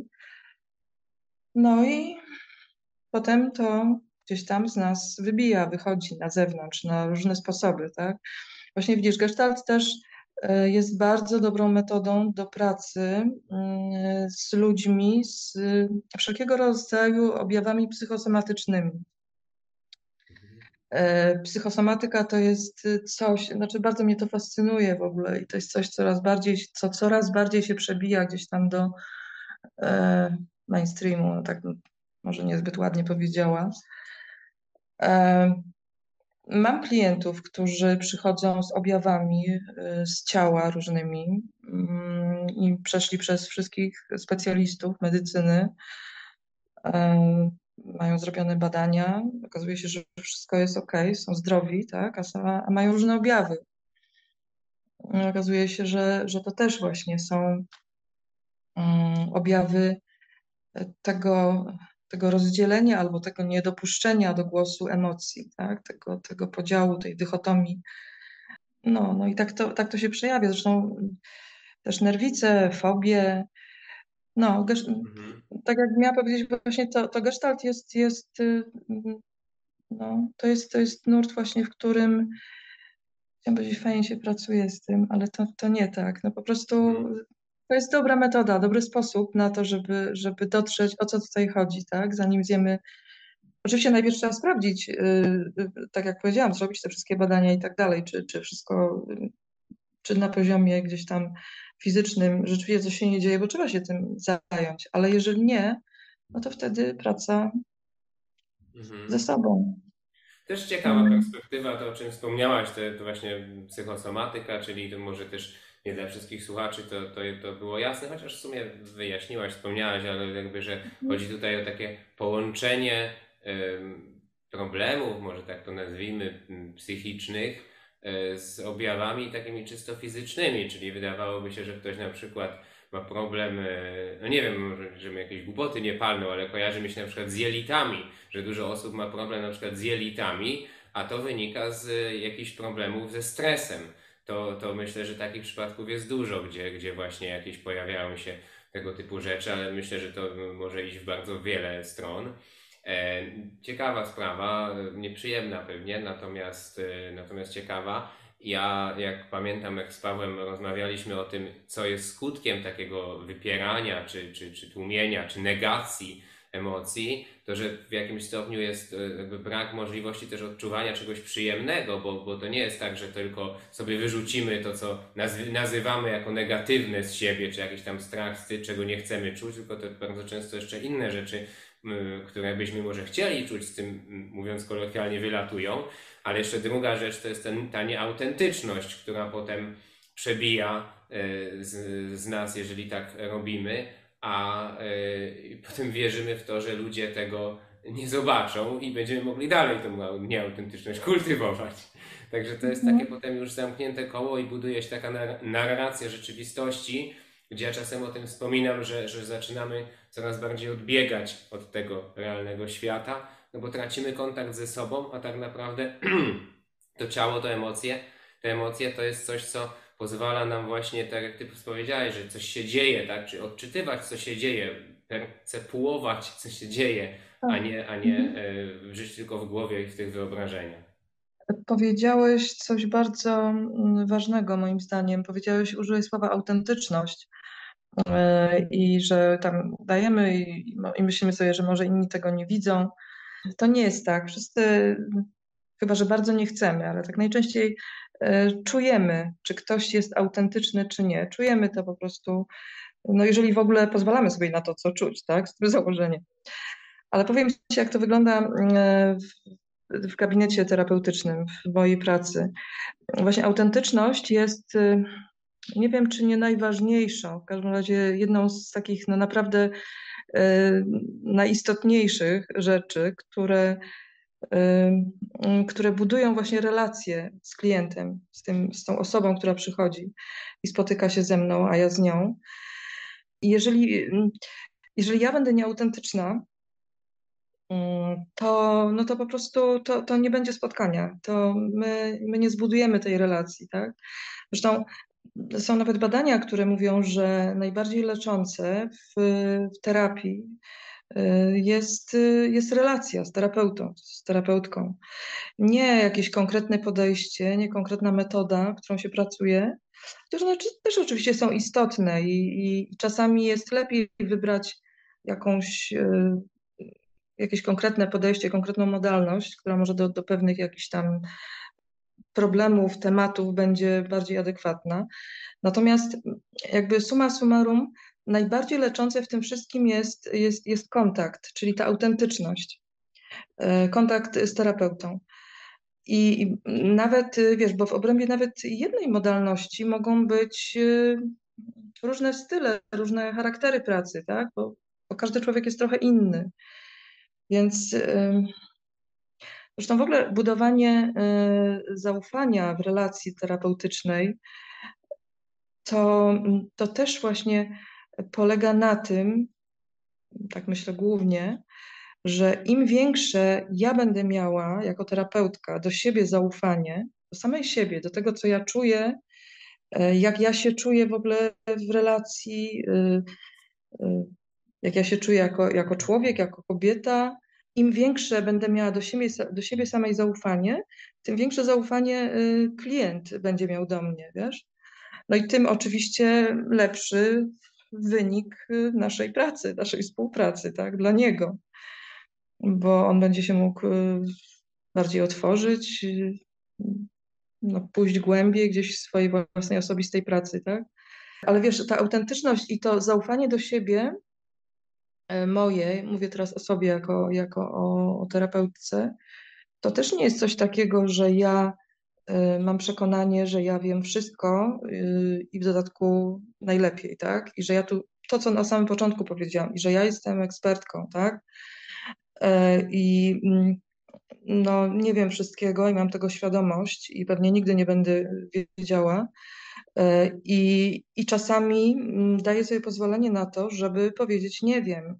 No i potem to gdzieś tam z nas wybija, wychodzi na zewnątrz na różne sposoby, tak? Właśnie widzisz, Gestalt też e, jest bardzo dobrą metodą do pracy mm, z ludźmi z wszelkiego rodzaju objawami psychosomatycznymi. E, Psychosomatyka to jest coś, znaczy bardzo mnie to fascynuje w ogóle i to jest coś coraz bardziej, co coraz bardziej się przebija gdzieś tam do e, mainstreamu, no tak może niezbyt ładnie powiedziała. E, Mam klientów, którzy przychodzą z objawami y, z ciała różnymi mm, i przeszli przez wszystkich specjalistów medycyny. E, Mają zrobione badania, okazuje się, że wszystko jest ok, są zdrowi, tak, a, sa- a mają różne objawy. I okazuje się, że, że to też właśnie są mm, objawy tego, tego rozdzielenia albo tego niedopuszczenia do głosu emocji, tak, tego, tego podziału, tej dychotomii no, no i tak to, tak to się przejawia. Zresztą też nerwice, fobie. No, gesz- Mhm. tak jak miała powiedzieć, właśnie to, to gestalt jest, jest, y, mm, no, to jest, to jest nurt właśnie, w którym chciałam powiedzieć, fajnie się pracuje z tym, ale to, to nie tak. No po prostu Mhm. to jest dobra metoda, dobry sposób na to, żeby, żeby dotrzeć, o co tutaj chodzi, tak? Zanim zjemy. Oczywiście najpierw trzeba sprawdzić, yy, yy, tak jak powiedziałam, zrobić te wszystkie badania i tak dalej, czy, czy wszystko, yy, czy na poziomie gdzieś tam fizycznym rzeczywiście coś się nie dzieje, bo trzeba się tym zająć, ale jeżeli nie, no to wtedy praca ze Mhm. sobą. Też ciekawa Mm. perspektywa, to o czym wspomniałaś, to, to właśnie psychosomatyka, czyli to może też nie dla wszystkich słuchaczy to, to, to było jasne, chociaż w sumie wyjaśniłaś, wspomniałaś, ale jakby, że chodzi tutaj o takie połączenie em, problemów, może tak to nazwijmy, m, psychicznych e, z objawami takimi czysto fizycznymi, czyli wydawałoby się, że ktoś na przykład ma problem, e, no nie wiem, może żebym jakieś głupoty nie palnął, ale kojarzy mi się na przykład z jelitami, że dużo osób ma problem na przykład z jelitami, a to wynika z y, jakichś problemów ze stresem. To, to myślę, że takich przypadków jest dużo, gdzie, gdzie właśnie jakieś pojawiają się tego typu rzeczy, ale myślę, że to y, może iść w bardzo wiele stron. E, ciekawa sprawa, y, nieprzyjemna pewnie, natomiast, y, natomiast ciekawa. Ja, jak pamiętam, jak z Pawłem rozmawialiśmy o tym, co jest skutkiem takiego wypierania, czy, czy, czy tłumienia, czy negacji emocji, to że w jakimś stopniu jest e, jakby brak możliwości też odczuwania czegoś przyjemnego, bo, bo to nie jest tak, że tylko sobie wyrzucimy to, co nazwy, nazywamy jako negatywne z siebie, czy jakiś tam strach, wstyd, czego nie chcemy czuć, tylko to bardzo często jeszcze inne rzeczy, m, które byśmy może chcieli czuć, z tym, m, mówiąc kolokwialnie, wylatują. Ale jeszcze druga rzecz to jest ten, ta nieautentyczność, która potem przebija e, z, z nas, jeżeli tak robimy, a y, potem wierzymy w to, że ludzie tego nie zobaczą i będziemy mogli dalej tą nieautentyczność kultywować. Także to jest takie Mhm. potem już zamknięte koło i buduje się taka nar- narracja rzeczywistości, gdzie ja czasem o tym wspominam, że, że zaczynamy coraz bardziej odbiegać od tego realnego świata, no bo tracimy kontakt ze sobą, a tak naprawdę to ciało, to emocje, te emocje to jest coś, co pozwala nam właśnie, tak jak ty powiedziałeś, że coś się dzieje, tak? Czy odczytywać, co się dzieje, percepuować, co się dzieje, a Tak. nie, a nie Mhm. e, żyć tylko w głowie i w tych wyobrażeniach. Powiedziałeś coś bardzo mm, ważnego moim zdaniem. Powiedziałeś, użyłeś słowa autentyczność e, i że tam dajemy i, i myślimy sobie, że może inni tego nie widzą. To nie jest tak. Wszyscy, chyba że bardzo nie chcemy, ale tak najczęściej e, czujemy, czy ktoś jest autentyczny, czy nie. Czujemy to po prostu, no jeżeli w ogóle pozwalamy sobie na to, co czuć, tak, z tym założeniem. Ale powiem Ci, jak to wygląda e, w, w gabinecie terapeutycznym, w mojej pracy. Właśnie autentyczność jest, y, nie wiem, czy nie najważniejszą, w każdym razie jedną z takich no naprawdę y, najistotniejszych rzeczy, które, y, y, które budują właśnie relacje z klientem, z tym, z tą osobą, która przychodzi i spotyka się ze mną, a ja z nią. I jeżeli, y, jeżeli ja będę nieautentyczna, y, to, no to po prostu to, to nie będzie spotkania. To my, my nie zbudujemy tej relacji, tak? Zresztą są nawet badania, które mówią, że najbardziej leczące w, w terapii y, jest, y, jest relacja z terapeutą, z terapeutką. Nie jakieś konkretne podejście, nie konkretna metoda, którą się pracuje, chociaż one czy- też oczywiście są istotne i, i czasami jest lepiej wybrać jakąś, y, jakieś konkretne podejście, konkretną modalność, która może do, do pewnych jakichś tam problemów, tematów będzie bardziej adekwatna. Natomiast jakby summa summarum, najbardziej leczące w tym wszystkim jest, jest, jest kontakt, czyli ta autentyczność, e, kontakt z terapeutą. I i nawet, y, wiesz, bo w obrębie nawet jednej modalności mogą być y, różne style, różne charaktery pracy, tak? Bo, bo każdy człowiek jest trochę inny. Więc y, zresztą w ogóle budowanie y, zaufania w relacji terapeutycznej to, to też właśnie polega na tym, tak myślę głównie, że im większe ja będę miała jako terapeutka do siebie zaufanie, do samej siebie, do tego, co ja czuję, jak ja się czuję w ogóle w relacji, jak ja się czuję jako, jako człowiek, jako kobieta. Im większe będę miała do siebie, do siebie samej zaufanie, tym większe zaufanie klient będzie miał do mnie, wiesz? No i tym oczywiście lepszy wynik naszej pracy, naszej współpracy, tak, dla niego, bo on będzie się mógł bardziej otworzyć, no, pójść głębiej gdzieś w swojej własnej osobistej pracy, tak? Ale wiesz, ta autentyczność i to zaufanie do siebie moje, mówię teraz o sobie jako, jako o, o terapeutce, to też nie jest coś takiego, że ja y, mam przekonanie, że ja wiem wszystko y, i w dodatku najlepiej, tak? I że ja tu, to co na samym początku powiedziałam, i że ja jestem ekspertką, tak? Y, I mm, no, nie wiem wszystkiego i mam tego świadomość i pewnie nigdy nie będę wiedziała. Y, I, i czasami mm, daję sobie pozwolenie na to, żeby powiedzieć nie wiem.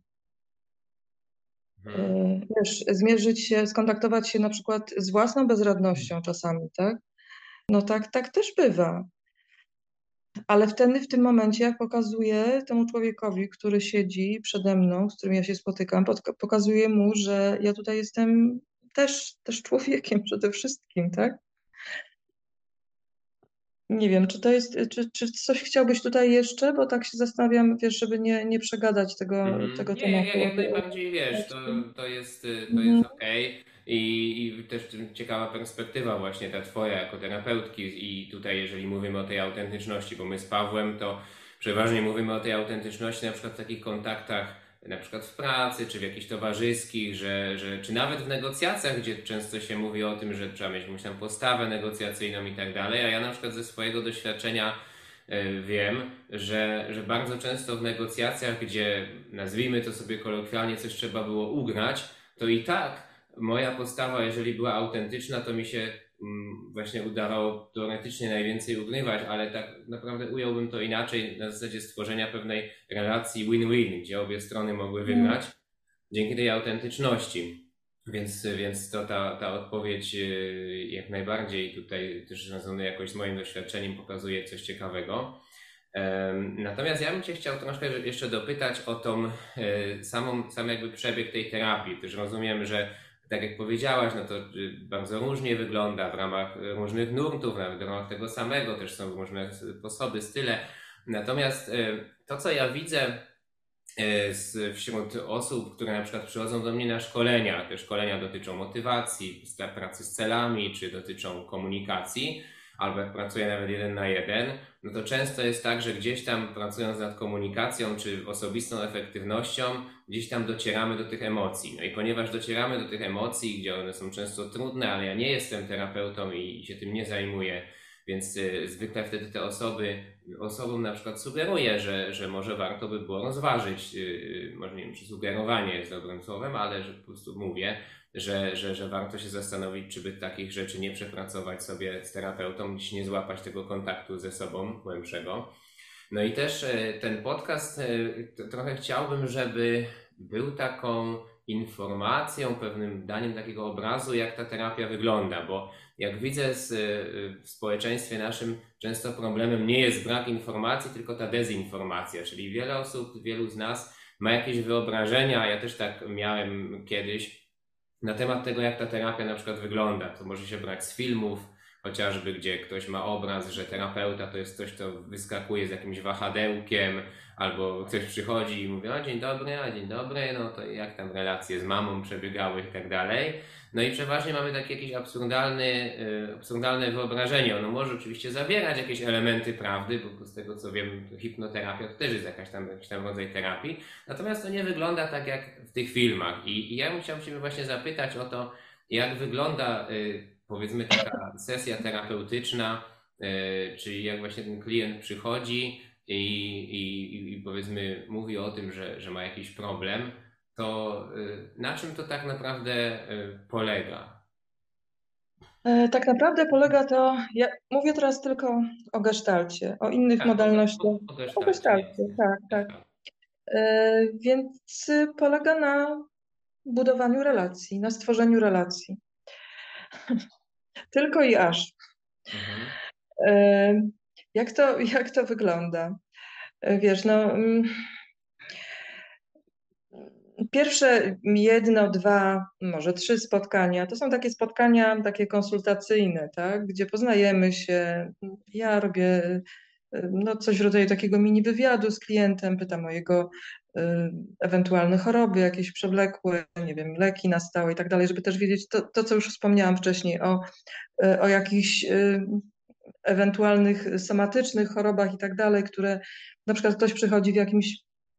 Mhm. Wiesz, zmierzyć się, skontaktować się na przykład z własną bezradnością czasami, tak? No tak, tak też bywa. Ale wtedy w tym momencie ja pokazuję temu człowiekowi, który siedzi przede mną, z którym ja się spotykam, pokazuję mu, że ja tutaj jestem też, też człowiekiem przede wszystkim, tak? Nie wiem, czy to jest, czy, czy coś chciałbyś tutaj jeszcze, bo tak się zastanawiam, wiesz, żeby nie, nie przegadać tego, Mhm. tego Nie, jak, jak tematu. jak najbardziej wiesz, to, to jest, y, to jest Mhm. okej. I, I też ciekawa perspektywa właśnie ta twoja jako terapeutki i tutaj jeżeli mówimy o tej autentyczności, bo my z Pawłem to przeważnie mówimy o tej autentyczności na przykład w takich kontaktach, na przykład w pracy, czy w jakichś towarzyskich, że, że, czy nawet w negocjacjach, gdzie często się mówi o tym, że trzeba mieć jakąś tam postawę negocjacyjną i tak dalej, a ja na przykład ze swojego doświadczenia e, wiem, że, że bardzo często w negocjacjach, gdzie nazwijmy to sobie kolokwialnie, coś trzeba było ugrać, to i tak moja postawa, jeżeli była autentyczna, to mi się mm, właśnie udawało teoretycznie najwięcej ugrywać, ale tak naprawdę ująłbym to inaczej na zasadzie stworzenia pewnej relacji win-win, gdzie obie strony mogły wygrać dzięki tej autentyczności. Więc, więc to ta, ta odpowiedź y, jak najbardziej tutaj też rezonuje jakoś z moim doświadczeniem, pokazuje coś ciekawego. Em, Natomiast ja bym Cię chciał troszkę jeszcze dopytać o tą e, samą, sam jakby przebieg tej terapii. Też rozumiem, że tak jak powiedziałaś, no to y, bardzo różnie wygląda w ramach różnych nurtów, nawet w ramach tego samego, też są różne sposoby, style. Natomiast e, to, co ja widzę e, z, wśród osób, które na przykład przychodzą do mnie na szkolenia, te szkolenia dotyczą motywacji, pracy z celami, czy dotyczą komunikacji, albo jak pracuję nawet jeden na jeden, no to często jest tak, że gdzieś tam pracując nad komunikacją czy osobistą efektywnością, gdzieś tam docieramy do tych emocji. No i ponieważ docieramy do tych emocji, gdzie one są często trudne, ale ja nie jestem terapeutą i się tym nie zajmuję, więc y, zwykle wtedy te osoby, osobom na przykład sugeruję, że, że może warto by było rozważyć, y, może nie wiem, czy sugerowanie jest dobrym słowem, ale że po prostu mówię, że, że, że warto się zastanowić, czy by takich rzeczy nie przepracować sobie z terapeutą, gdzieś nie złapać tego kontaktu ze sobą głębszego. No i też e, ten podcast e, to trochę chciałbym, żeby był taką informacją, pewnym daniem takiego obrazu, jak ta terapia wygląda, bo jak widzę z, e, w społeczeństwie naszym często problemem nie jest brak informacji, tylko ta dezinformacja, czyli wiele osób, wielu z nas ma jakieś wyobrażenia, ja też tak miałem kiedyś, na temat tego, jak ta terapia na przykład wygląda. To może się brać z filmów, chociażby gdzie ktoś ma obraz, że terapeuta to jest ktoś, kto wyskakuje z jakimś wahadełkiem, albo ktoś przychodzi i mówi, o dzień dobry, a dzień dobry, no to jak tam relacje z mamą przebiegały i tak dalej. No i przeważnie mamy takie jakieś absurdalne, y, absurdalne wyobrażenie. Ono może oczywiście zawierać jakieś elementy prawdy, bo z tego co wiem, hipnoterapia to też jest jakaś tam, jakiś tam rodzaj terapii. Natomiast to nie wygląda tak jak w tych filmach. I, i ja bym chciał Cię właśnie zapytać o to, jak wygląda y, powiedzmy taka sesja terapeutyczna, y, czyli jak właśnie ten klient przychodzi i, i, i powiedzmy mówi o tym, że, że ma jakiś problem, to y, na czym to tak naprawdę y, polega? Tak naprawdę polega to, ja mówię teraz tylko o gestalcie, o innych Tak, o, modalnościach. o, o O gestalcie, gestalcie, jasne. tak, tak. E, Więc polega na budowaniu relacji, na stworzeniu relacji. Tylko i aż. E, Jak to, jak to wygląda? E, Wiesz, no, mm, pierwsze jedno, dwa, może trzy spotkania to są takie spotkania takie konsultacyjne, tak? Gdzie poznajemy się. Ja robię y, no, coś w rodzaju takiego mini wywiadu z klientem, pytam o jego y, ewentualne choroby, jakieś przewlekłe, nie wiem, leki na stałe i tak dalej, żeby też wiedzieć to, to co już wspomniałam wcześniej o, y, o jakichś y, ewentualnych somatycznych chorobach i tak dalej, które na przykład ktoś przychodzi w jakimś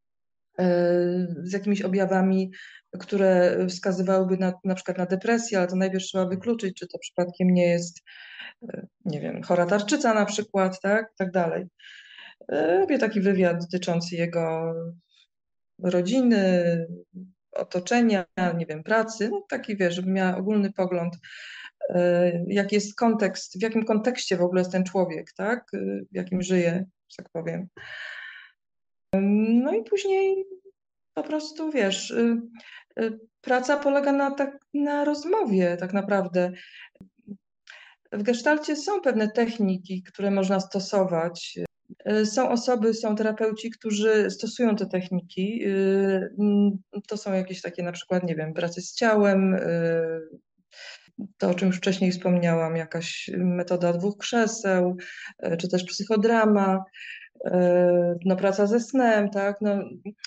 z jakimiś objawami, które wskazywałyby na, na przykład na depresję, ale to najpierw trzeba wykluczyć, czy to przypadkiem nie jest, e, nie wiem, chora tarczyca na przykład, tak, tak dalej. E, Robię taki wywiad dotyczący jego rodziny, otoczenia, nie wiem, pracy, no taki, wiesz, żebym miała ogólny pogląd, e, jaki jest kontekst, w jakim kontekście w ogóle jest ten człowiek, tak, e, w jakim żyje, że tak powiem. No i później po prostu, wiesz, y, y, praca polega na, tak, na rozmowie tak naprawdę. W gestalcie są pewne techniki, które można stosować. Y, Są osoby, są terapeuci, którzy stosują te techniki. Y, mm, To są jakieś takie na przykład, nie wiem, pracy z ciałem, y, to o czym już wcześniej wspomniałam, jakaś metoda dwóch krzeseł, y, czy też psychodrama, y, no praca ze snem, tak, no,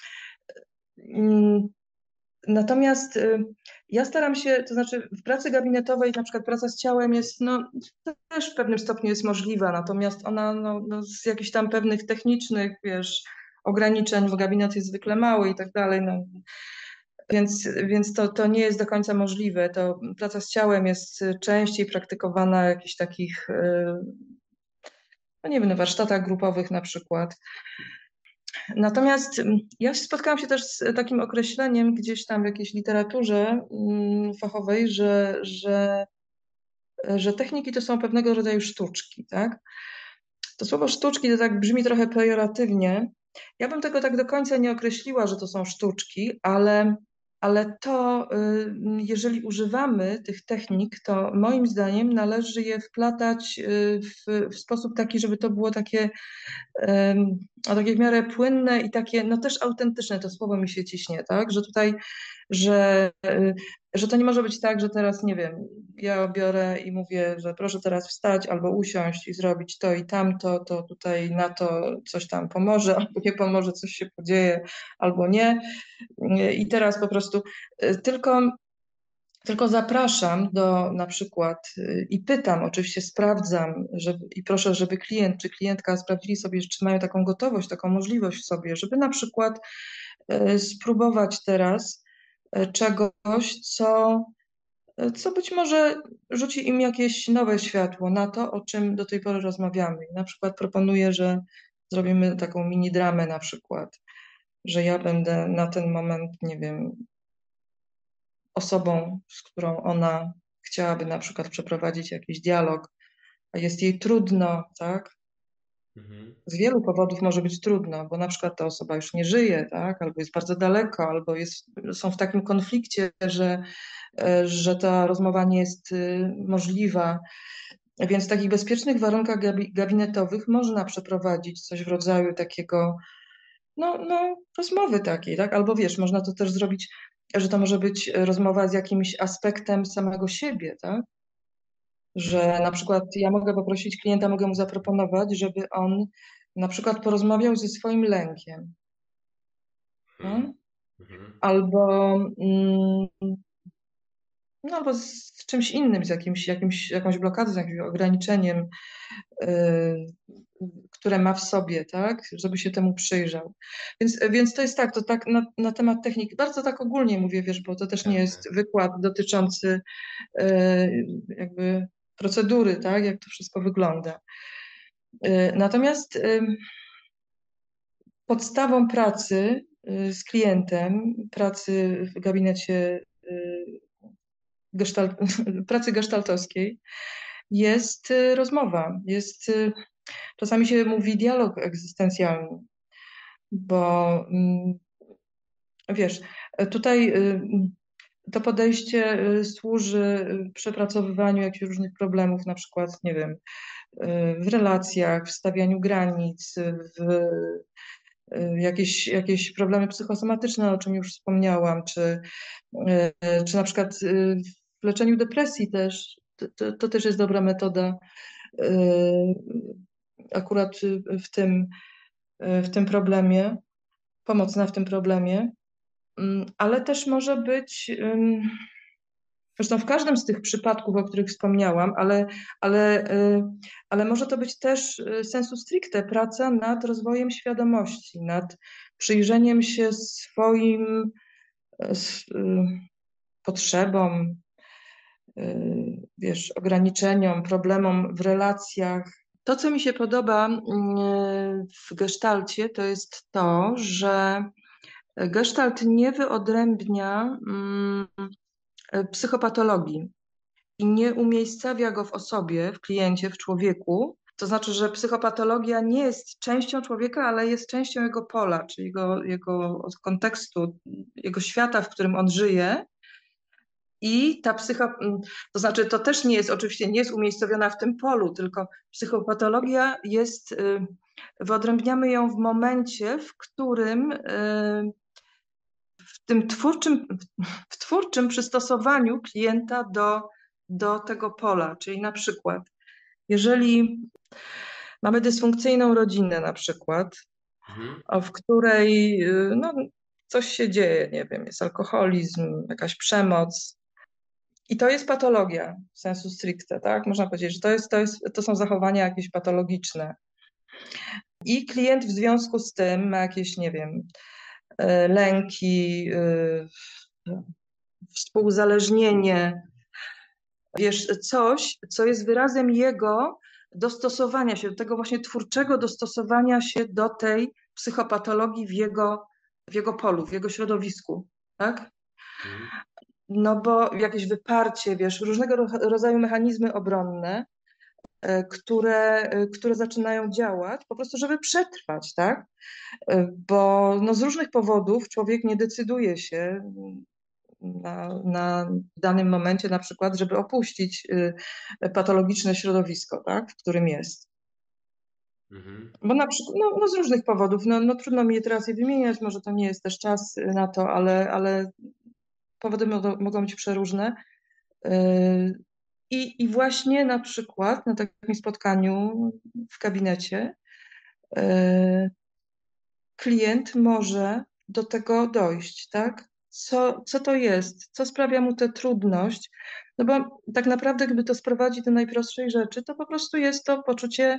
mm, natomiast y, ja staram się, to znaczy w pracy gabinetowej na przykład praca z ciałem jest, no też w pewnym stopniu jest możliwa, natomiast ona no, no, z jakichś tam pewnych technicznych, wiesz, ograniczeń, bo gabinet jest zwykle mały i tak dalej, no, więc, więc to, to nie jest do końca możliwe. To praca z ciałem jest częściej praktykowana w jakichś takich, y, no nie wiem, na warsztatach grupowych na przykład. Natomiast mm, ja spotkałam się też z takim określeniem gdzieś tam w jakiejś literaturze mm, fachowej, że, że, że techniki to są pewnego rodzaju sztuczki, tak? To słowo sztuczki to tak brzmi trochę pejoratywnie. Ja bym tego tak do końca nie określiła, że to są sztuczki, ale, ale to, y, jeżeli używamy tych technik, to moim zdaniem należy je wplatać y, w, w sposób taki, żeby to było takie em, a takie w miarę płynne i takie, no też autentyczne, to słowo mi się ciśnie, tak? Że tutaj, że, y, że to nie może być tak, że teraz, nie wiem, ja biorę i mówię, że proszę teraz wstać albo usiąść i zrobić to i tamto, to tutaj na to coś tam pomoże, albo nie pomoże, coś się podzieje, albo nie. Y, I teraz po prostu y, tylko tylko zapraszam do na przykład y, i pytam, oczywiście sprawdzam żeby, i proszę, żeby klient czy klientka sprawdzili sobie, czy mają taką gotowość, taką możliwość w sobie, żeby na przykład y, spróbować teraz y, czegoś, co, y, co być może rzuci im jakieś nowe światło na to, o czym do tej pory rozmawiamy. Na przykład proponuję, że zrobimy taką mini dramę na przykład, że ja będę na ten moment, nie wiem, osobą, z którą ona chciałaby na przykład przeprowadzić jakiś dialog, a jest jej trudno, tak? Mhm. Z wielu powodów może być trudno, bo na przykład ta osoba już nie żyje, tak? Albo jest bardzo daleko, albo jest, są w takim konflikcie, że, e, że ta rozmowa nie jest y, możliwa. Więc w takich bezpiecznych warunkach gabi- gabinetowych można przeprowadzić coś w rodzaju takiego no, no, rozmowy takiej, tak? Albo wiesz, można to też zrobić, że to może być rozmowa z jakimś aspektem samego siebie, tak? Że na przykład ja mogę poprosić klienta, mogę mu zaproponować, żeby on na przykład porozmawiał ze swoim lękiem, Mhm. no? Mhm. Albo, mm, no, albo z czymś innym, z jakimś, jakimś, jakąś blokadą, z jakimś ograniczeniem, y, które ma w sobie, tak, żeby się temu przyjrzał. Więc, więc to jest tak, to tak na, na temat technik, bardzo tak ogólnie mówię, wiesz, bo to też nie Jasne. jest wykład dotyczący y, jakby procedury, tak, jak to wszystko wygląda. Y, Natomiast y, podstawą pracy y, z klientem, pracy w gabinecie y, gestalt, pracy gestaltowskiej jest y, rozmowa, jest y, czasami się mówi dialog egzystencjalny, bo mm, wiesz, tutaj y, to podejście y, służy y, przepracowywaniu jakichś różnych problemów, na przykład, nie wiem, y, w relacjach, w stawianiu granic, w y, jakieś, jakieś problemy psychosomatyczne, o czym już wspomniałam, czy, y, czy na przykład y, w leczeniu depresji też. To, to, to też jest dobra metoda y, akurat w tym, w tym problemie, pomocna w tym problemie. Mm, Ale też może być, ym, zresztą w każdym z tych przypadków, o których wspomniałam, ale, ale, y, ale może to być też y, sensu stricte praca nad rozwojem świadomości, nad przyjrzeniem się swoim y, s- y, potrzebom, y, wiesz, ograniczeniom, problemom w relacjach. To, co mi się podoba y, w gestalcie, to jest to, że Gestalt nie wyodrębnia mm, psychopatologii i nie umiejscawia go w osobie, w kliencie, w człowieku. To znaczy, że psychopatologia nie jest częścią człowieka, ale jest częścią jego pola, czyli jego, jego kontekstu, jego świata, w którym on żyje. I ta psycho, to znaczy, to też nie jest, oczywiście nie jest umiejscowiona w tym polu, tylko psychopatologia jest, y, wyodrębniamy ją w momencie, w którym y, w tym twórczym, w twórczym przystosowaniu klienta do, do tego pola. Czyli na przykład, jeżeli mamy dysfunkcyjną rodzinę na przykład, Mhm. o, w której y, no, coś się dzieje, nie wiem, jest alkoholizm, jakaś przemoc i to jest patologia sensu stricte, tak? Można powiedzieć, że to, jest, to, jest, to są zachowania jakieś patologiczne. I klient w związku z tym ma jakieś, nie wiem, y, lęki, y, współuzależnienie, wiesz, coś, co jest wyrazem jego dostosowania się, do tego właśnie twórczego dostosowania się do tej psychopatologii w jego, w jego polu, w jego środowisku, tak? Mhm. No bo jakieś wyparcie, wiesz, różnego ro- rodzaju mechanizmy obronne, e, które, e, które zaczynają działać po prostu, żeby przetrwać, tak? E, Bo no, z różnych powodów człowiek nie decyduje się na, na danym momencie na przykład, żeby opuścić y, patologiczne środowisko, tak, w którym jest. Mhm. Bo na przykład, no, no z różnych powodów, no, no trudno mi je teraz je wymieniać, może to nie jest też czas na to, ale, ale powody mogą, mogą być przeróżne. Y, I, I właśnie na przykład na takim spotkaniu w gabinecie y, klient może do tego dojść, tak? Co, co to jest? Co sprawia mu tę trudność? No bo tak naprawdę, gdyby to sprowadzić do najprostszej rzeczy, to po prostu jest to poczucie,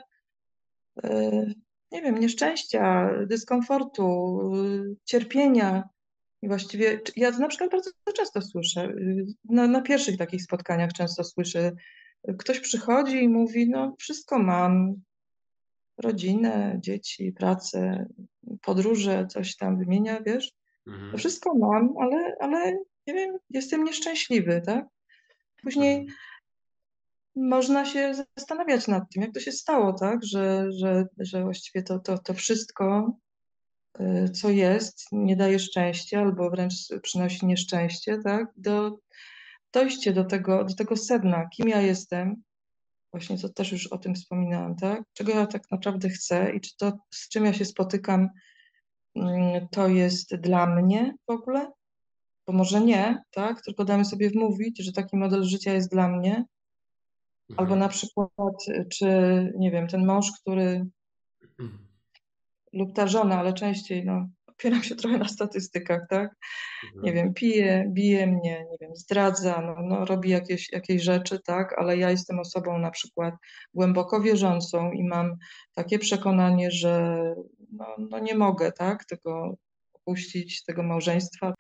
e, nie wiem, nieszczęścia, dyskomfortu, e, cierpienia. I właściwie czy- ja to na przykład bardzo często słyszę, e, na, na pierwszych takich spotkaniach często słyszę, e, ktoś przychodzi i mówi, no wszystko mam, rodzinę, dzieci, pracę, podróże, coś tam wymienia, wiesz? To Mhm. wszystko mam, ale, ale nie wiem, jestem nieszczęśliwy, tak? Później Mhm. można się zastanawiać nad tym, jak to się stało, tak? Że, że, że właściwie to, to, to wszystko, y, co jest, nie daje szczęścia albo wręcz przynosi nieszczęście, tak? Do, dojście do tego, do tego sedna, kim ja jestem, właśnie co też już o tym wspominałam, tak? Czego ja tak naprawdę chcę i czy to, z czym ja się spotykam, mm, to jest dla mnie w ogóle? Bo może nie, tak? Tylko damy sobie wmówić, że taki model życia jest dla mnie. Albo Mhm. na przykład, czy nie wiem, ten mąż, który lub ta żona, ale częściej, no, opieram się trochę na statystykach, tak? Nie Mhm. wiem, pije, bije mnie, nie wiem, zdradza, no, no, robi jakieś, jakieś rzeczy, tak? Ale ja jestem osobą na przykład głęboko wierzącą i mam takie przekonanie, że no, no nie mogę, tak? Tego opuścić, tego małżeństwa.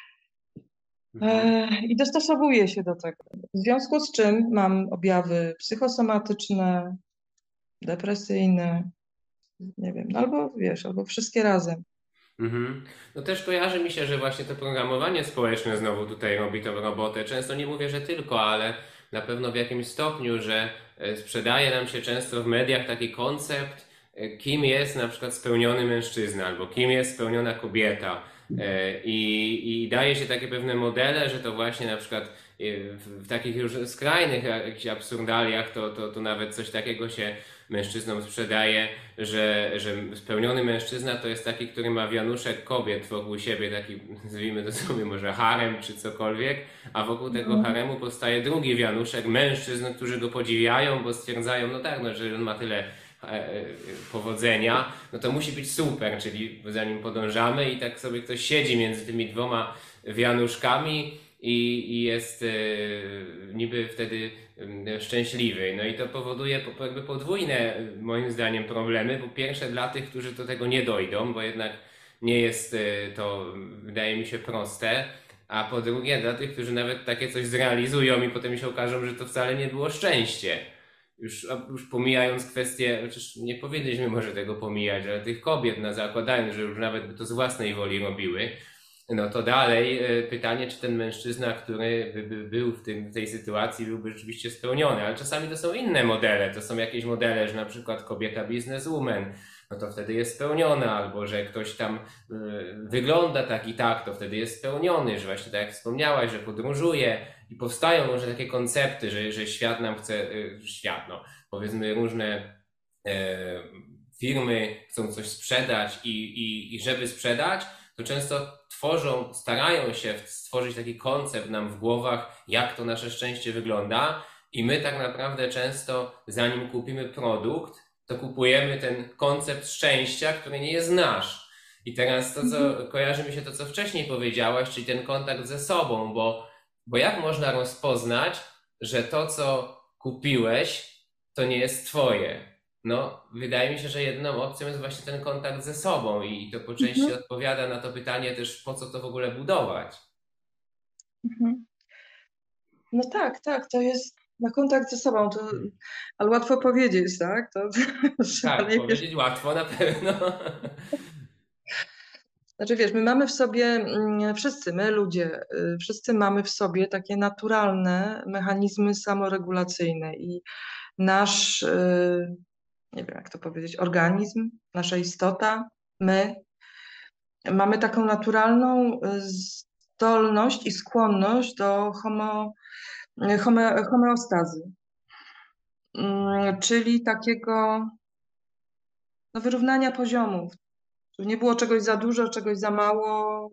Mhm. E, I dostosowuję się do tego. W związku z czym mam objawy psychosomatyczne, depresyjne, nie wiem, no albo wiesz, albo wszystkie razem. Mhm. No też kojarzy mi się, że właśnie to programowanie społeczne znowu tutaj robi tą robotę. Często nie mówię, że tylko, ale na pewno w jakimś stopniu, że e, sprzedaje nam się często w mediach taki koncept, e, kim jest na przykład spełniony mężczyzna albo kim jest spełniona kobieta. I, i daje się takie pewne modele, że to właśnie na przykład w, w takich już skrajnych jakichś absurdaliach to, to, to nawet coś takiego się mężczyznom sprzedaje, że, że spełniony mężczyzna to jest taki, który ma wianuszek kobiet wokół siebie, taki nazwijmy to sobie może harem czy cokolwiek, a wokół tego haremu powstaje drugi wianuszek mężczyzn, którzy go podziwiają, bo stwierdzają, no tak, no, że on ma tyle powodzenia, no to musi być super, czyli za nim podążamy i tak sobie ktoś siedzi między tymi dwoma wianuszkami i, i jest e, niby wtedy e, szczęśliwy. No i to powoduje po, jakby podwójne moim zdaniem problemy. Po pierwsze dla tych, którzy do tego nie dojdą, bo jednak nie jest e, to, wydaje mi się, proste. A po drugie dla tych, którzy nawet takie coś zrealizują i potem się okażą, że to wcale nie było szczęście. Już, już pomijając kwestię, chociaż nie powinniśmy może tego pomijać, ale tych kobiet, no zakładając, że już nawet by to z własnej woli robiły, no to dalej pytanie, czy ten mężczyzna, który by, by był w, tym, w tej sytuacji, byłby rzeczywiście spełniony. Ale czasami to są inne modele, to są jakieś modele, że na przykład kobieta bizneswoman, no to wtedy jest spełniona, albo że ktoś tam y, wygląda tak i tak, to wtedy jest spełniony, że właśnie tak jak wspomniałaś, że podróżuje i powstają może takie koncepty, że, że świat nam chce, y, świat, no powiedzmy różne y, firmy chcą coś sprzedać i, i, i żeby sprzedać, to często tworzą, starają się stworzyć taki koncept nam w głowach, jak to nasze szczęście wygląda i my tak naprawdę często, zanim kupimy produkt, to kupujemy ten koncept szczęścia, który nie jest nasz. I teraz to, co kojarzy mi się to, co wcześniej powiedziałaś, czyli ten kontakt ze sobą, bo, bo jak można rozpoznać, że to, co kupiłeś, to nie jest twoje? No, wydaje mi się, że jedną opcją jest właśnie ten kontakt ze sobą i to po części Mhm. odpowiada na to pytanie też, po co to w ogóle budować. Mhm. No tak, tak, to jest na kontakt ze sobą, to, ale łatwo powiedzieć, tak? To, trzeba Tak, najpierw, powiedzieć łatwo na pewno. znaczy wiesz, my mamy w sobie, mm, wszyscy, my ludzie, y, wszyscy mamy w sobie takie naturalne mechanizmy samoregulacyjne i nasz, y, nie wiem jak to powiedzieć, organizm, nasza istota, my mamy taką naturalną y, zdolność i skłonność do homo, home, homeostazy, Mm, czyli takiego no, wyrównania poziomów. Żeby nie było czegoś za dużo, czegoś za mało.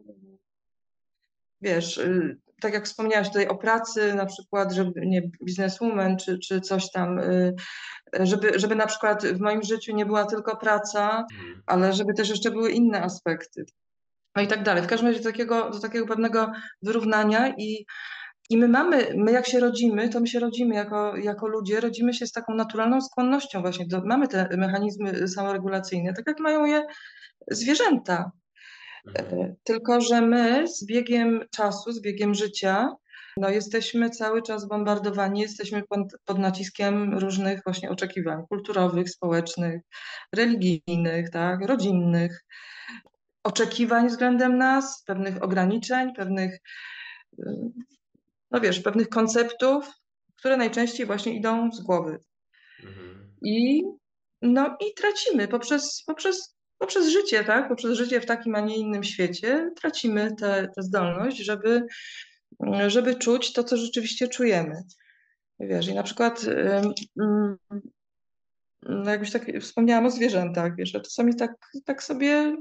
Wiesz, y, tak jak wspomniałaś tutaj o pracy, na przykład, żeby nie bizneswoman czy, czy coś tam, y, żeby, żeby na przykład w moim życiu nie była tylko praca, Mhm. ale żeby też jeszcze były inne aspekty. No i tak dalej. W każdym razie do takiego, do takiego pewnego wyrównania i, i my mamy, my jak się rodzimy, to my się rodzimy jako, jako ludzie, rodzimy się z taką naturalną skłonnością właśnie, do, mamy te mechanizmy samoregulacyjne, tak jak mają je zwierzęta. Mhm. E, Tylko, że my z biegiem czasu, z biegiem życia, no jesteśmy cały czas bombardowani, jesteśmy pod, pod naciskiem różnych właśnie oczekiwań kulturowych, społecznych, religijnych, tak, rodzinnych, oczekiwań względem nas, pewnych ograniczeń, pewnych, y, no wiesz, pewnych konceptów, które najczęściej właśnie idą z głowy. Mhm. I, no i tracimy poprzez, poprzez, poprzez życie, tak? Poprzez życie w takim, a nie innym świecie, tracimy tę tę zdolność, żeby, żeby czuć to, co rzeczywiście czujemy. Wiesz, i na przykład, ym, ym, no jakbyś tak wspomniałam o zwierzętach, wiesz, a czasami tak, tak sobie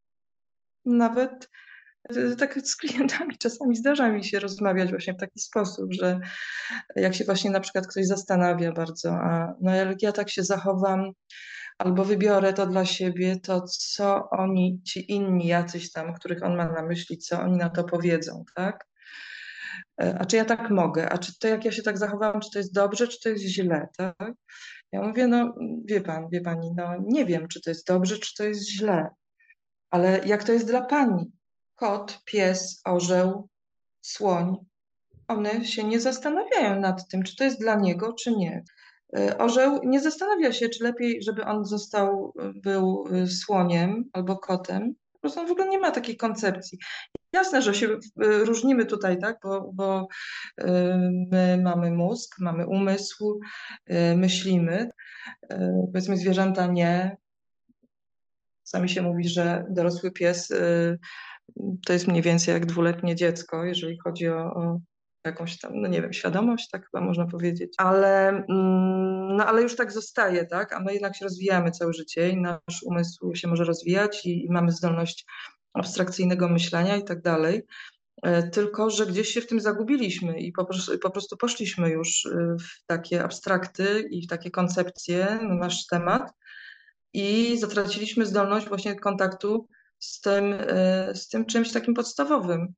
nawet y, tak z klientami czasami zdarza mi się rozmawiać właśnie w taki sposób, że jak się właśnie na przykład ktoś zastanawia bardzo, a no jak ja tak się zachowam, albo wybiorę to dla siebie, to co oni, ci inni jacyś tam, których on ma na myśli, co oni na to powiedzą, tak? E, A czy ja tak mogę? A czy to, jak ja się tak zachowałam, czy to jest dobrze, czy to jest źle, tak? Ja mówię, no wie pan, wie pani, no nie wiem, czy to jest dobrze, czy to jest źle, ale jak to jest dla pani? Kot, pies, orzeł, słoń, one się nie zastanawiają nad tym, czy to jest dla niego, czy nie. Y, Orzeł nie zastanawia się, czy lepiej, żeby on został, y, był y, słoniem albo kotem. Po prostu on w ogóle nie ma takiej koncepcji. Jasne, że się y, różnimy tutaj, tak, bo, bo y, my mamy mózg, mamy umysł, y, myślimy. Y, Powiedzmy zwierzęta nie. Czasami się mówi, że dorosły pies y, to jest mniej więcej jak dwuletnie dziecko, jeżeli chodzi o, o jakąś tam, no nie wiem, świadomość, tak chyba można powiedzieć. Ale, mm, no ale już tak zostaje, tak? A my jednak się rozwijamy całe życie i nasz umysł się może rozwijać i, i mamy zdolność abstrakcyjnego myślenia i tak dalej. E, Tylko, że gdzieś się w tym zagubiliśmy i po, pros- po prostu poszliśmy już y, w takie abstrakty i w takie koncepcje na nasz temat i zatraciliśmy zdolność właśnie kontaktu z tym, y, z tym czymś takim podstawowym,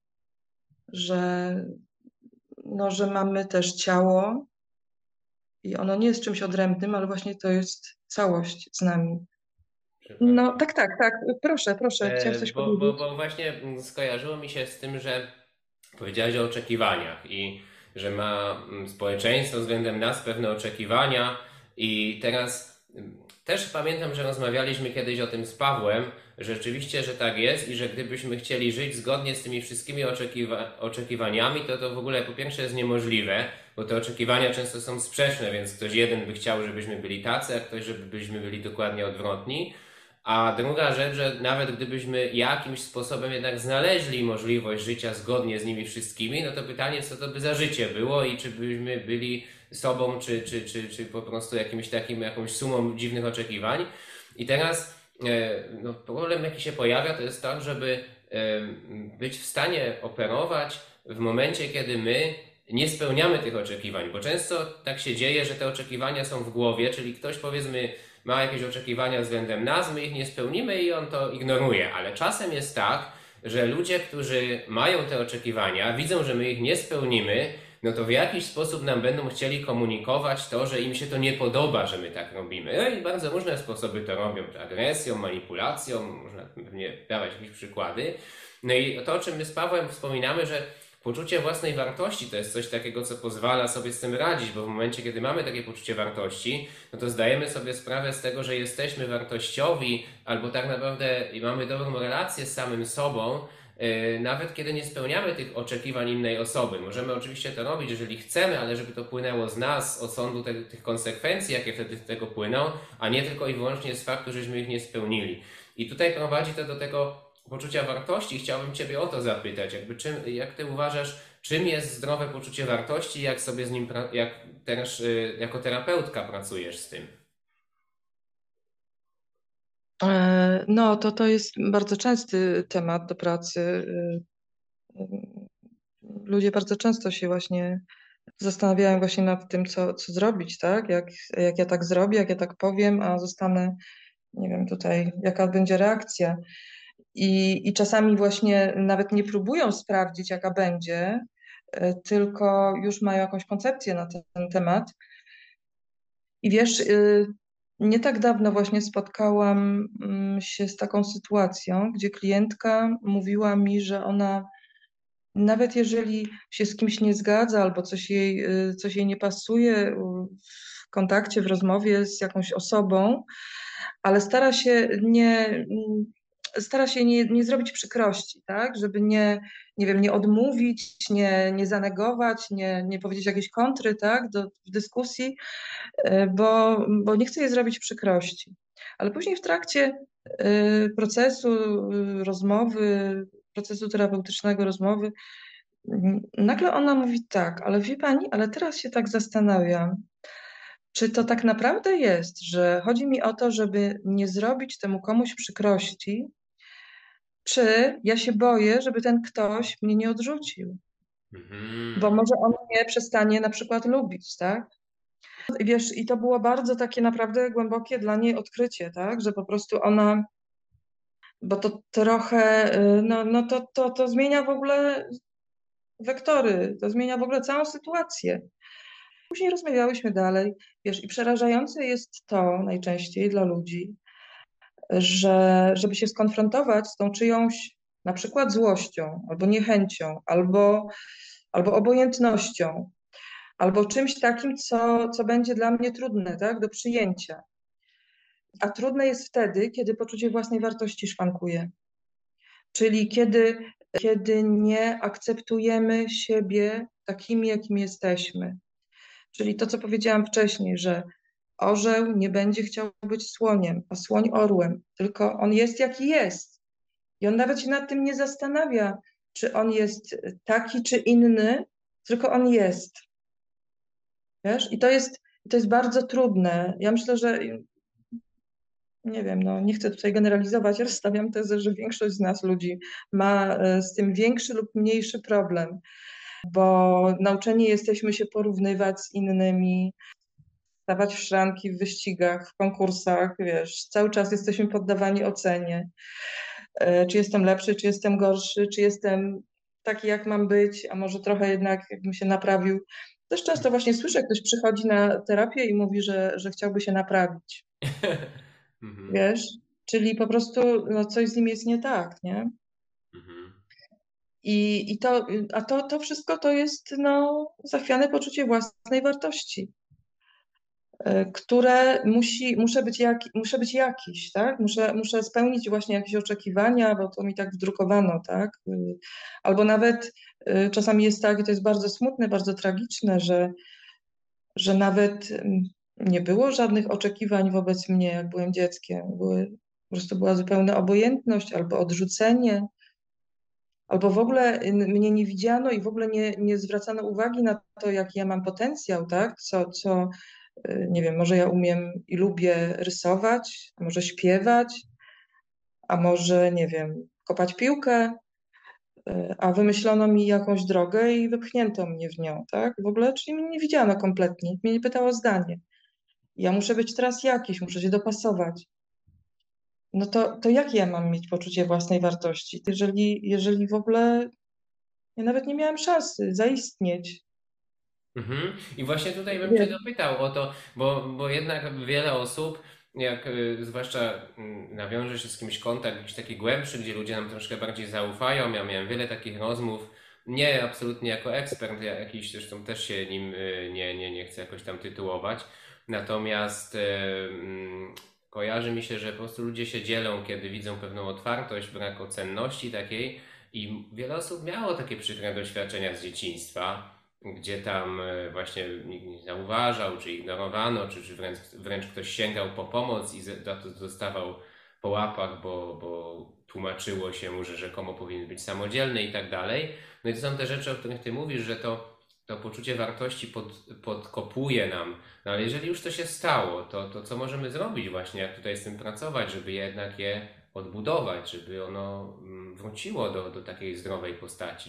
że, no, że mamy też ciało i ono nie jest czymś odrębnym, ale właśnie to jest całość z nami. No Przepraszam. tak, tak, tak, proszę, proszę, chciałem E, coś bo, bo, powiedzieć. bo właśnie mm, skojarzyło mi się z tym, że powiedziałeś o oczekiwaniach i że ma mm, społeczeństwo względem nas pewne oczekiwania i teraz mm, też pamiętam, że rozmawialiśmy kiedyś o tym z Pawłem, że rzeczywiście, że tak jest i że gdybyśmy chcieli żyć zgodnie z tymi wszystkimi oczekiwa- oczekiwaniami, to to w ogóle po pierwsze jest niemożliwe, bo te oczekiwania często są sprzeczne, więc ktoś jeden by chciał, żebyśmy byli tacy, a ktoś, żebyśmy byli dokładnie odwrotni. A druga rzecz, że nawet gdybyśmy jakimś sposobem jednak znaleźli możliwość życia zgodnie z nimi wszystkimi, no to pytanie, co to by za życie było i czy byśmy byli sobą, czy, czy, czy, czy po prostu jakimś takim, jakąś sumą dziwnych oczekiwań. I teraz e, no, problem, jaki się pojawia, to jest to, żeby e, być w stanie operować w momencie, kiedy my nie spełniamy tych oczekiwań, bo często tak się dzieje, że te oczekiwania są w głowie, czyli ktoś powiedzmy ma jakieś oczekiwania względem nas, my ich nie spełnimy i on to ignoruje. Ale czasem jest tak, że ludzie, którzy mają te oczekiwania, widzą, że my ich nie spełnimy, no to w jakiś sposób nam będą chcieli komunikować to, że im się to nie podoba, że my tak robimy. No i bardzo różne sposoby to robią, czy agresją, manipulacją, można pewnie dawać jakieś przykłady. No i to, o czym my z Pawłem wspominamy, że poczucie własnej wartości to jest coś takiego, co pozwala sobie z tym radzić, bo w momencie, kiedy mamy takie poczucie wartości, no to zdajemy sobie sprawę z tego, że jesteśmy wartościowi, albo tak naprawdę mamy dobrą relację z samym sobą, yy, nawet kiedy nie spełniamy tych oczekiwań innej osoby. Możemy oczywiście to robić, jeżeli chcemy, ale żeby to płynęło z nas, z osądu te, tych konsekwencji, jakie wtedy z tego płyną, a nie tylko i wyłącznie z faktu, żeśmy ich nie spełnili. I tutaj prowadzi to do tego poczucia wartości. Chciałbym Ciebie o to zapytać, jakby czym, jak Ty uważasz, czym jest zdrowe poczucie wartości, jak sobie z nim, jak też y, jako terapeutka pracujesz z tym? E, No, to to jest bardzo częsty temat do pracy. E, e, Ludzie bardzo często się właśnie zastanawiają właśnie nad tym, co, co zrobić, tak? Jak, jak ja tak zrobię, jak ja tak powiem, a zostanę, nie wiem, tutaj, jaka będzie reakcja. I, i czasami właśnie nawet nie próbują sprawdzić, jaka będzie, e, tylko już mają jakąś koncepcję na ten, ten temat. I wiesz, y, nie tak dawno właśnie spotkałam mm, się z taką sytuacją, gdzie klientka mówiła mi, że ona nawet jeżeli się z kimś nie zgadza albo coś jej, y, coś jej nie pasuje y, w kontakcie, w rozmowie z jakąś osobą, ale stara się nie, mm, stara się nie, nie zrobić przykrości, tak? Żeby nie, nie wiem, nie odmówić, nie, nie zanegować, nie, nie powiedzieć jakiejś kontry, tak? Do, w dyskusji, e, bo, bo nie chce jej zrobić przykrości. Ale później w trakcie e, procesu e, rozmowy, procesu terapeutycznego rozmowy, m, nagle ona mówi tak, ale wie pani, ale teraz się tak zastanawiam, czy to tak naprawdę jest, że chodzi mi o to, żeby nie zrobić temu komuś przykrości, czy ja się boję, żeby ten ktoś mnie nie odrzucił, bo Mhm. może on mnie przestanie na przykład lubić, tak? I wiesz, i to było bardzo takie naprawdę głębokie dla niej odkrycie, tak? Że po prostu ona, bo to trochę, y, no, no to, to, to zmienia w ogóle wektory, to zmienia w ogóle całą sytuację. Później rozmawiałyśmy dalej, wiesz, i przerażające jest to najczęściej dla ludzi, że żeby się skonfrontować z tą czyjąś na przykład złością, albo niechęcią, albo, albo obojętnością, albo czymś takim, co, co będzie dla mnie trudne, tak, do przyjęcia. A trudne jest wtedy, kiedy poczucie własnej wartości szwankuje. Czyli kiedy, kiedy nie akceptujemy siebie takimi, jakimi jesteśmy. Czyli to, co powiedziałam wcześniej, że orzeł nie będzie chciał być słoniem, a słoń orłem, tylko on jest jaki jest. I on nawet się nad tym nie zastanawia, czy on jest taki, czy inny, tylko on jest. Wiesz? I to jest, to jest bardzo trudne. Ja myślę, że nie wiem, no nie chcę tutaj generalizować, ale stawiam tezę, że większość z nas ludzi ma e, z tym większy lub mniejszy problem, bo nauczeni jesteśmy się porównywać z innymi, stawać w szranki w wyścigach, w konkursach, wiesz, cały czas jesteśmy poddawani ocenie, e, czy jestem lepszy, czy jestem gorszy, czy jestem taki, jak mam być, a może trochę jednak jakbym się naprawił. Też często właśnie słyszę, ktoś przychodzi na terapię i mówi, że, że chciałby się naprawić. Mhm. Wiesz? Czyli po prostu no, coś z nim jest nie tak, nie? Mhm. I, i to, a to, to wszystko to jest no, zachwiane poczucie własnej wartości, y, które musi, muszę być, jak, muszę być jakiś, tak? Muszę, muszę spełnić właśnie jakieś oczekiwania, bo to mi tak wdrukowano, tak? Y, Albo nawet y, czasami jest tak, i to jest bardzo smutne, bardzo tragiczne, że, że nawet mm, nie było żadnych oczekiwań wobec mnie, jak byłem dzieckiem. Były, po prostu była zupełna obojętność albo odrzucenie, albo w ogóle y, mnie nie widziano i w ogóle nie, nie zwracano uwagi na to, jaki ja mam potencjał, tak? Co, co, y, nie wiem, może ja umiem i lubię rysować, a może śpiewać, a może, nie wiem, kopać piłkę, y, a wymyślono mi jakąś drogę i wypchnięto mnie w nią, tak? W ogóle, czyli mnie nie widziano kompletnie, nikt mnie nie pytało o zdanie. Ja muszę być teraz jakiś, muszę się dopasować. No to, to jakie ja mam mieć poczucie własnej wartości, jeżeli, jeżeli w ogóle ja nawet nie miałam szansy zaistnieć? Mhm. I właśnie tutaj bym Cię Wiesz, dopytał o to, bo, bo jednak wiele osób, jak y, zwłaszcza mm, nawiąże się z kimś kontakt jakiś taki głębszy, gdzie ludzie nam troszkę bardziej zaufają, ja miałem wiele takich rozmów, nie absolutnie jako ekspert, ja jakiś zresztą też się nim y, nie, nie, nie chcę jakoś tam tytułować, natomiast y, mm, kojarzy mi się, że po prostu ludzie się dzielą, kiedy widzą pewną otwartość, brak ocenności takiej i wiele osób miało takie przykre doświadczenia z dzieciństwa, gdzie tam e, właśnie nikt nie zauważał, czy ignorowano, czy, czy wręcz, wręcz ktoś sięgał po pomoc i za to dostawał po łapach, bo, bo tłumaczyło się mu, że rzekomo powinien być samodzielny i tak dalej. No i to są te rzeczy, o których ty mówisz, że to, to poczucie wartości pod, podkopuje nam. No ale jeżeli już to się stało, to, to co możemy zrobić właśnie, jak tutaj z tym pracować, żeby jednak je odbudować, żeby ono mm, wróciło do, do takiej zdrowej postaci?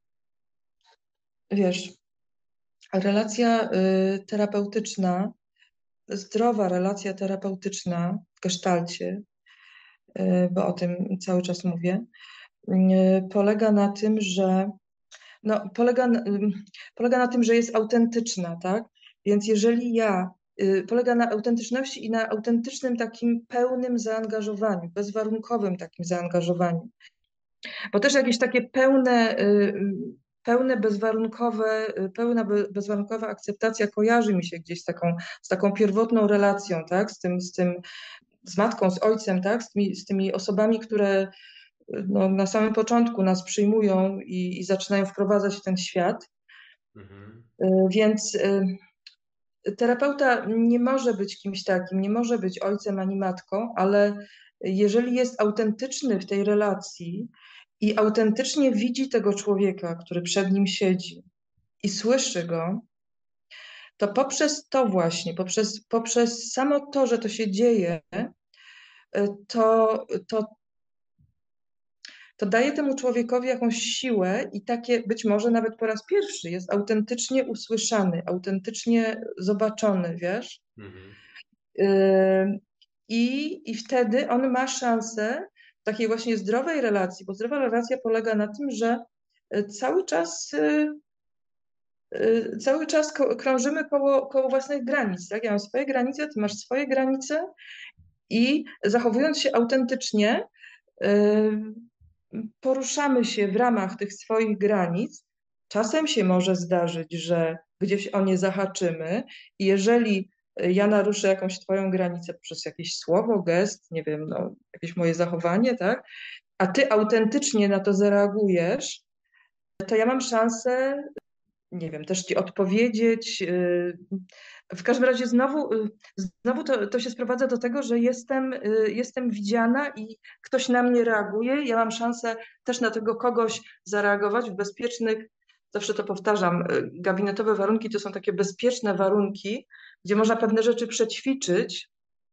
wiesz, relacja y, terapeutyczna, zdrowa relacja terapeutyczna w gestalcie, y, bo o tym cały czas mówię, y, polega na tym, że no, polega, na- ym, polega na tym, że jest autentyczna, tak? Więc jeżeli ja, y, polega na autentyczności i na autentycznym takim pełnym zaangażowaniu, bezwarunkowym takim zaangażowaniu. Bo też jakieś takie pełne, y, y, pełne bezwarunkowe, y, pełna be- bezwarunkowa akceptacja kojarzy mi się gdzieś z taką, z taką pierwotną relacją, tak? Z tym, z tym, z matką, z ojcem, tak? Z tymi, z tymi osobami, które y, no, na samym początku nas przyjmują i, i zaczynają wprowadzać w ten świat. Mhm. Y, Więc y, terapeuta nie może być kimś takim, nie może być ojcem ani matką, ale jeżeli jest autentyczny w tej relacji i autentycznie widzi tego człowieka, który przed nim siedzi i słyszy go, to poprzez to właśnie, poprzez, poprzez samo to, że to się dzieje, y, to, to, to daje temu człowiekowi jakąś siłę i takie być może nawet po raz pierwszy jest autentycznie usłyszany, autentycznie zobaczony, wiesz? Mhm. Yy, I, I wtedy on ma szansę w takiej właśnie zdrowej relacji, bo zdrowa relacja polega na tym, że y, cały czas, y, y, cały czas ko- krążymy koło, koło własnych granic, tak? Ja mam swoje granice, ty masz swoje granice i zachowując się autentycznie, y, poruszamy się w ramach tych swoich granic. Czasem się może zdarzyć, że gdzieś o nie zahaczymy i jeżeli ja naruszę jakąś twoją granicę poprzez jakieś słowo, gest, nie wiem, no, jakieś moje zachowanie, tak, a ty autentycznie na to zareagujesz, to ja mam szansę, nie wiem, też ci odpowiedzieć, yy, W każdym razie znowu, y, znowu to, to się sprowadza do tego, że jestem, y, jestem widziana i ktoś na mnie reaguje. Ja mam szansę też na tego kogoś zareagować w bezpiecznych, zawsze to powtarzam, y, gabinetowe warunki to są takie bezpieczne warunki, gdzie można pewne rzeczy przećwiczyć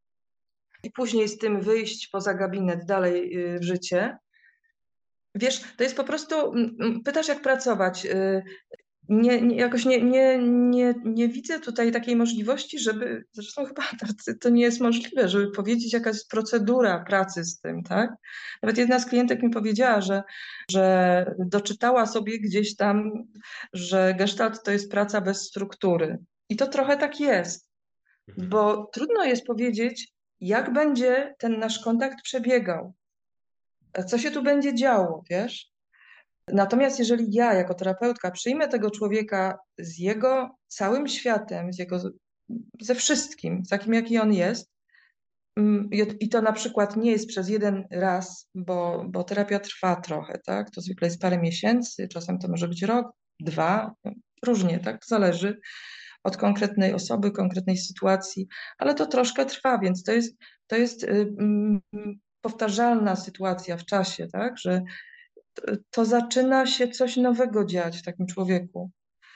i później z tym wyjść poza gabinet, dalej y, w życie. Wiesz, to jest po prostu, mm, mm, pytasz jak pracować. y, Nie, nie, jakoś nie, nie, nie, nie widzę tutaj takiej możliwości, żeby, zresztą chyba to, to nie jest możliwe, żeby powiedzieć, jaka jest procedura pracy z tym, tak? Nawet jedna z klientek mi powiedziała, że, że doczytała sobie gdzieś tam, że gestalt to jest praca bez struktury. I to trochę tak jest, bo trudno jest powiedzieć, jak będzie ten nasz kontakt przebiegał, co się tu będzie działo, wiesz? Natomiast jeżeli ja jako terapeutka przyjmę tego człowieka z jego całym światem, z jego, ze wszystkim, takim jaki on jest, mm, i i to na przykład nie jest przez jeden raz, bo, bo terapia trwa trochę, tak? To zwykle jest parę miesięcy, czasem to może być rok, dwa, no, różnie, tak? Zależy od konkretnej osoby, konkretnej sytuacji, ale to troszkę trwa, więc to jest, to jest y, mm, powtarzalna sytuacja w czasie, tak? Że to zaczyna się coś nowego dziać w takim człowieku.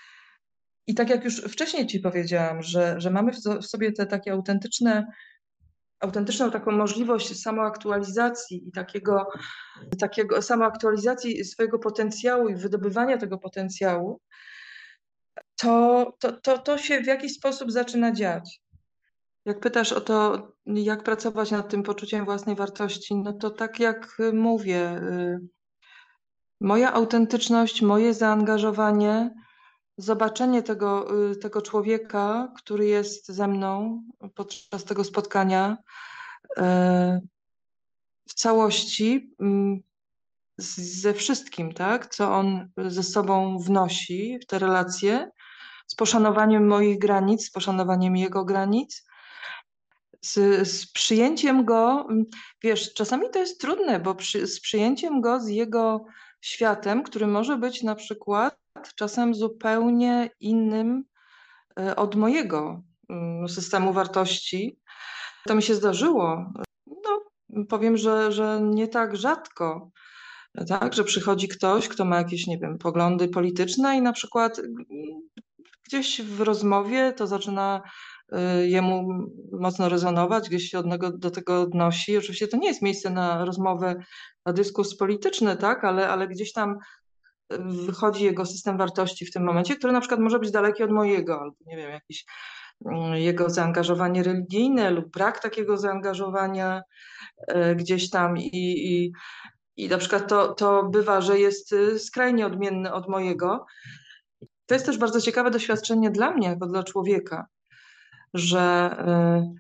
I tak jak już wcześniej ci powiedziałam, że, że mamy w so- w sobie te takie autentyczne, autentyczną taką możliwość samoaktualizacji i takiego, takiego samoaktualizacji swojego potencjału i wydobywania tego potencjału, to, to, to, to się w jakiś sposób zaczyna dziać. Jak pytasz o to, jak pracować nad tym poczuciem własnej wartości, no to tak jak mówię, y, moja autentyczność, moje zaangażowanie, zobaczenie tego, y, tego człowieka, który jest ze mną podczas tego spotkania y, w całości, mm, z- ze wszystkim, tak, co on ze sobą wnosi w te relacje, z poszanowaniem moich granic, z poszanowaniem jego granic, z, z przyjęciem go, mm, wiesz, czasami to jest trudne, bo przy, z przyjęciem go z jego światem, który może być na przykład czasem zupełnie innym e, od mojego mm, systemu wartości. To mi się zdarzyło. No, powiem, że, że nie tak rzadko, tak, że przychodzi ktoś, kto ma jakieś, nie wiem, poglądy polityczne i na przykład mm, gdzieś w rozmowie to zaczyna y, jemu mocno rezonować, gdzieś się od niego do tego odnosi. Oczywiście to nie jest miejsce na rozmowę, na dyskurs polityczny, tak, ale, ale gdzieś tam wychodzi jego system wartości w tym momencie, który na przykład może być daleki od mojego, albo nie wiem, jakiś mm, jego zaangażowanie religijne lub brak takiego zaangażowania e, gdzieś tam i, i, i na przykład to, to bywa, że jest y, skrajnie odmienny od mojego. To jest też bardzo ciekawe doświadczenie dla mnie, jako dla człowieka, że, y,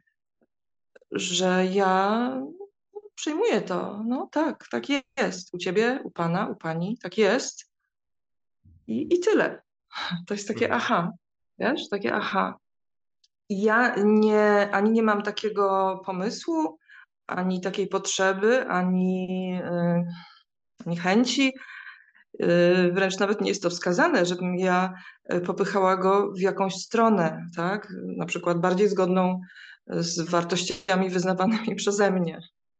że ja przyjmuję to. No tak, tak jest. U ciebie, u pana, u pani, tak jest. I, i tyle. To jest takie aha, wiesz, takie aha. I ja nie, ani nie mam takiego pomysłu, ani takiej potrzeby, ani, y, ani chęci. Y, wręcz nawet nie jest to wskazane, żebym ja y, popychała go w jakąś stronę, tak? Na przykład bardziej zgodną z wartościami wyznawanymi przeze mnie.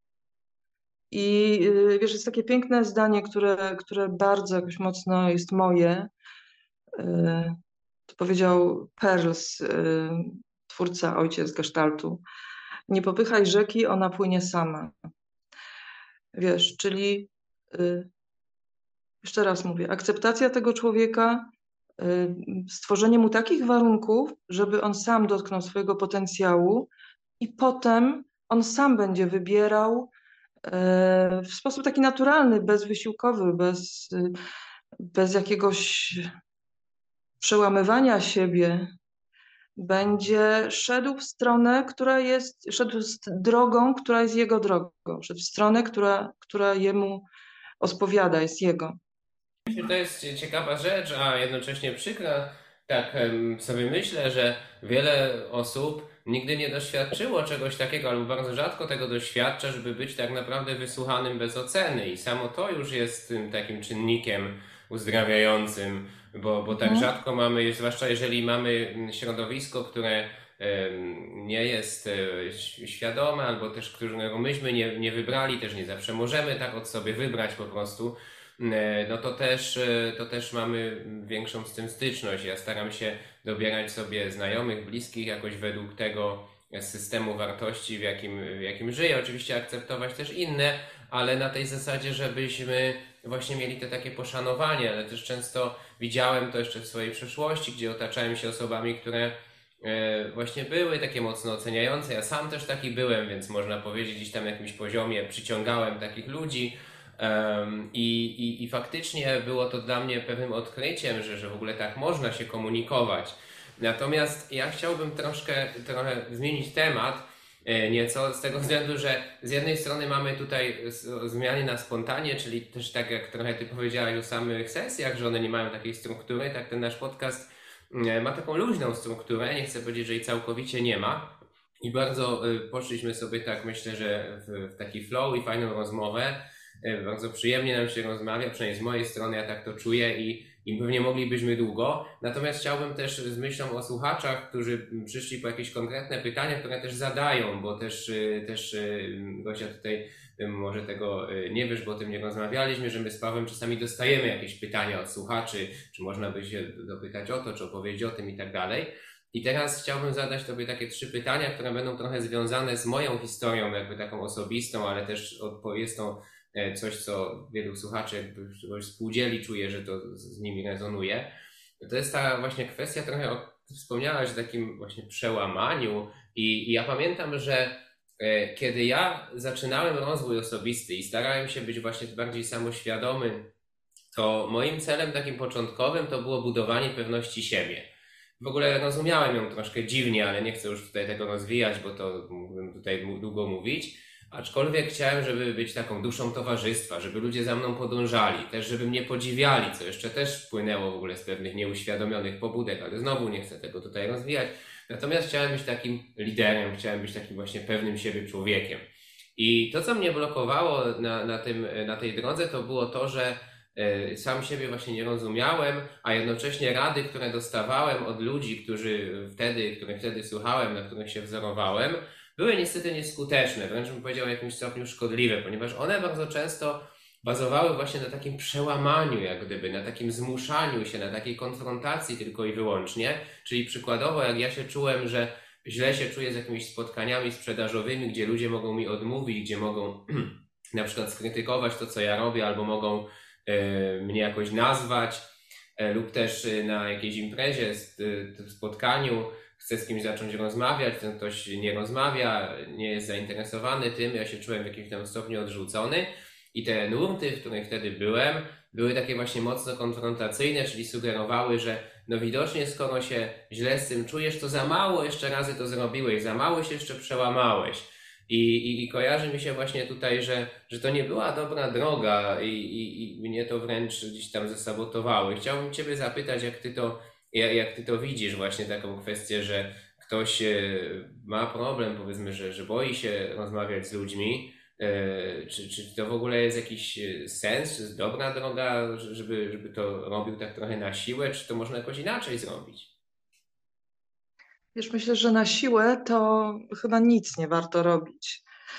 I y, wiesz, jest takie piękne zdanie, które, które bardzo jakoś mocno jest moje. Y, To powiedział Perls, y, twórca, ojciec Gestaltu. Nie popychaj rzeki, ona płynie sama. Wiesz, czyli y, jeszcze raz mówię, akceptacja tego człowieka, y, stworzenie mu takich warunków, żeby on sam dotknął swojego potencjału i potem on sam będzie wybierał y, w sposób taki naturalny, bezwysiłkowy, bez, y, bez jakiegoś przełamywania siebie, będzie szedł w stronę, która jest, szedł z drogą, która jest jego drogą, szedł w stronę, która, która jemu odpowiada, jest jego. To jest ciekawa rzecz, a jednocześnie przykra. Tak em, sobie myślę, że wiele osób nigdy nie doświadczyło czegoś takiego, albo bardzo rzadko tego doświadcza, żeby być tak naprawdę wysłuchanym bez oceny. I samo to już jest tym takim czynnikiem uzdrawiającym, bo, bo tak Mhm. rzadko mamy, zwłaszcza jeżeli mamy środowisko, które nie jest świadome, albo też którego myśmy nie, nie wybrali, też nie zawsze możemy tak od sobie wybrać po prostu, no to też, to też mamy większą z tym styczność. Ja staram się dobierać sobie znajomych, bliskich jakoś według tego systemu wartości, w jakim, w jakim żyję. Oczywiście akceptować też inne, ale na tej zasadzie, żebyśmy właśnie mieli te takie poszanowanie, ale też często widziałem to jeszcze w swojej przeszłości, gdzie otaczałem się osobami, które właśnie były takie mocno oceniające. Ja sam też taki byłem, więc można powiedzieć, gdzieś tam na jakimś poziomie przyciągałem takich ludzi. Um, i, i, I faktycznie było to dla mnie pewnym odkryciem, że, że w ogóle tak można się komunikować. Natomiast ja chciałbym troszkę, trochę zmienić temat e, nieco, z tego względu, że z jednej strony mamy tutaj zmiany na spontanie, czyli też tak jak trochę ty powiedziałaś o samych sesjach, że one nie mają takiej struktury, tak ten nasz podcast e, ma taką luźną strukturę, nie chcę powiedzieć, że jej całkowicie nie ma. I bardzo e, poszliśmy sobie tak, myślę, że w, w taki flow i fajną rozmowę. Bardzo przyjemnie nam się rozmawia, przynajmniej z mojej strony ja tak to czuję i, i pewnie moglibyśmy długo. Natomiast chciałbym też z myślą o słuchaczach, którzy przyszli po jakieś konkretne pytania, które też zadają, bo też, też Gosia tutaj może tego nie wiesz, bo o tym nie rozmawialiśmy, że my z Pawłem czasami dostajemy jakieś pytania od słuchaczy, czy można by się dopytać o to, czy opowiedzieć o tym i tak dalej. I teraz chciałbym zadać Tobie takie trzy pytania, które będą trochę związane z moją historią, jakby taką osobistą, ale też jest to coś, co wielu słuchaczy jakby czegoś współdzieli, czuje, że to z nimi rezonuje. To jest ta właśnie kwestia, trochę o, wspomniałaś o takim właśnie przełamaniu i, i ja pamiętam, że e, kiedy ja zaczynałem rozwój osobisty i starałem się być właśnie bardziej samoświadomy, to moim celem takim początkowym to było budowanie pewności siebie. W ogóle rozumiałem ją troszkę dziwnie, ale nie chcę już tutaj tego rozwijać, bo to mógłbym tutaj długo mówić. Aczkolwiek chciałem, żeby być taką duszą towarzystwa, żeby ludzie za mną podążali, też żeby mnie podziwiali, co jeszcze też płynęło w ogóle z pewnych nieuświadomionych pobudek, ale znowu nie chcę tego tutaj rozwijać. Natomiast chciałem być takim liderem, chciałem być takim właśnie pewnym siebie człowiekiem. I to, co mnie blokowało na, na, tym, na tej drodze, to było to, że y, sam siebie właśnie nie rozumiałem, a jednocześnie rady, które dostawałem od ludzi, którzy wtedy, których wtedy słuchałem, na których się wzorowałem, były niestety nieskuteczne, wręcz bym powiedział w jakimś stopniu szkodliwe, ponieważ one bardzo często bazowały właśnie na takim przełamaniu, jak gdyby, na takim zmuszaniu się, na takiej konfrontacji tylko i wyłącznie. Czyli przykładowo, jak ja się czułem, że źle się czuję z jakimiś spotkaniami sprzedażowymi, gdzie ludzie mogą mi odmówić, gdzie mogą na przykład skrytykować to, co ja robię, albo mogą e, mnie jakoś nazwać, e, lub też na jakiejś imprezie, e, spotkaniu, chcę z kimś zacząć rozmawiać, ten ktoś nie rozmawia, nie jest zainteresowany tym, ja się czułem w jakimś tam stopniu odrzucony i te nurty, w których wtedy byłem, były takie właśnie mocno konfrontacyjne, czyli sugerowały, że no widocznie skoro się źle z tym czujesz, to za mało jeszcze razy to zrobiłeś, za mało się jeszcze przełamałeś. I, i, i kojarzy mi się właśnie tutaj, że, że to nie była dobra droga i, i, i mnie to wręcz gdzieś tam zasabotowało. Chciałbym Ciebie zapytać, jak Ty to Jak ty to widzisz, właśnie taką kwestię, że ktoś ma problem, powiedzmy, że, że boi się rozmawiać z ludźmi, czy, czy to w ogóle jest jakiś sens, czy jest dobra droga, żeby, żeby to robił tak trochę na siłę, czy to można jakoś inaczej zrobić? Wiesz, myślę, że na siłę to chyba nic nie warto robić.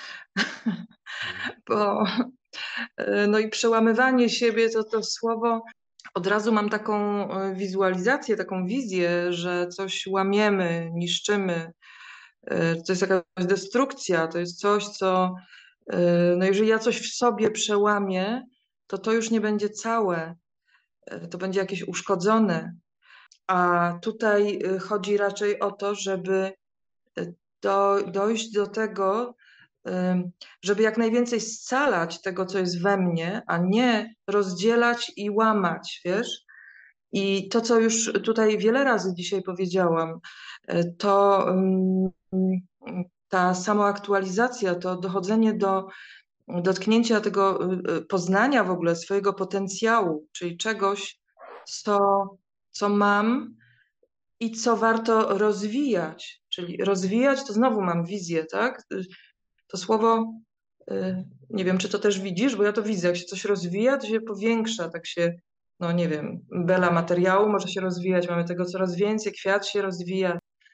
Bo no i przełamywanie siebie to to słowo, od razu mam taką wizualizację, taką wizję, że coś łamiemy, niszczymy. To jest jakaś destrukcja, to jest coś, co, no jeżeli ja coś w sobie przełamię, to to już nie będzie całe, to będzie jakieś uszkodzone. A tutaj chodzi raczej o to, żeby do, dojść do tego, żeby jak najwięcej scalać tego, co jest we mnie, a nie rozdzielać i łamać, wiesz? I to, co już tutaj wiele razy dzisiaj powiedziałam, to ta samoaktualizacja, to dochodzenie do dotknięcia tego poznania w ogóle swojego potencjału, czyli czegoś, co, co mam i co warto rozwijać. Czyli rozwijać, to znowu mam wizję, tak? To słowo, nie wiem, czy to też widzisz, bo ja to widzę, jak się coś rozwija, to się powiększa, tak się, no nie wiem, bela materiału może się rozwijać, mamy tego coraz więcej, kwiat się rozwija.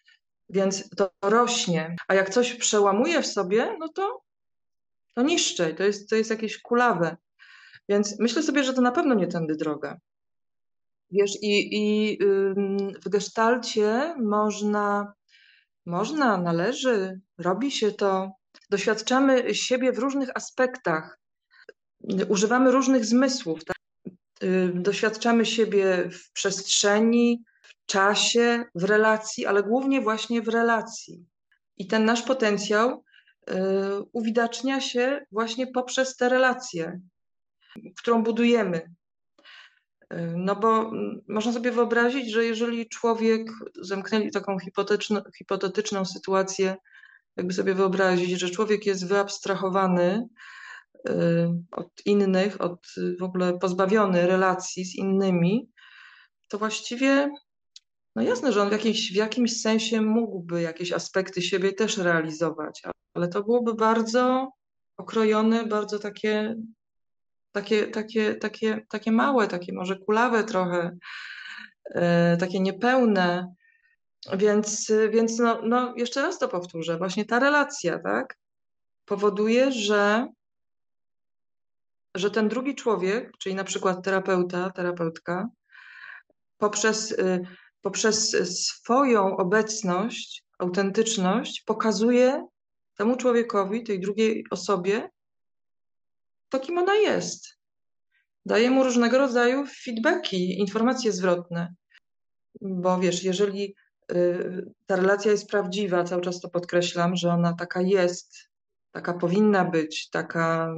więc to rośnie. A jak coś przełamuje w sobie, no to, to niszczy, to jest, to jest jakieś kulawe. Więc myślę sobie, że to na pewno nie tędy droga. Wiesz, i, i ym, w gestalcie można, można, należy, robi się to. Doświadczamy siebie w różnych aspektach. Używamy różnych zmysłów, tak? Y, Doświadczamy siebie w przestrzeni, w czasie, w relacji, ale głównie właśnie w relacji. I ten nasz potencjał y, uwidacznia się właśnie poprzez tę relację, którą budujemy. Y, No bo mm, można sobie wyobrazić, że jeżeli człowiek, zamknęli taką hipotetyczną, hipotetyczną sytuację, jakby sobie wyobrazić, że człowiek jest wyabstrahowany y, od innych, od y, w ogóle pozbawiony relacji z innymi, to właściwie, no jasne, że on w jakimś, w jakimś sensie mógłby jakieś aspekty siebie też realizować, ale to byłoby bardzo okrojone, bardzo takie, takie, takie, takie, takie małe, takie może kulawe trochę, y, takie niepełne. Więc, więc no, no jeszcze raz to powtórzę, właśnie ta relacja, tak, powoduje, że że ten drugi człowiek, czyli na przykład terapeuta, terapeutka, poprzez, y, poprzez swoją obecność, autentyczność pokazuje temu człowiekowi, tej drugiej osobie, to kim ona jest. Daje mu różnego rodzaju feedbacki, informacje zwrotne. Bo wiesz, jeżeli y, ta relacja jest prawdziwa, cały czas to podkreślam, że ona taka jest, taka powinna być, taka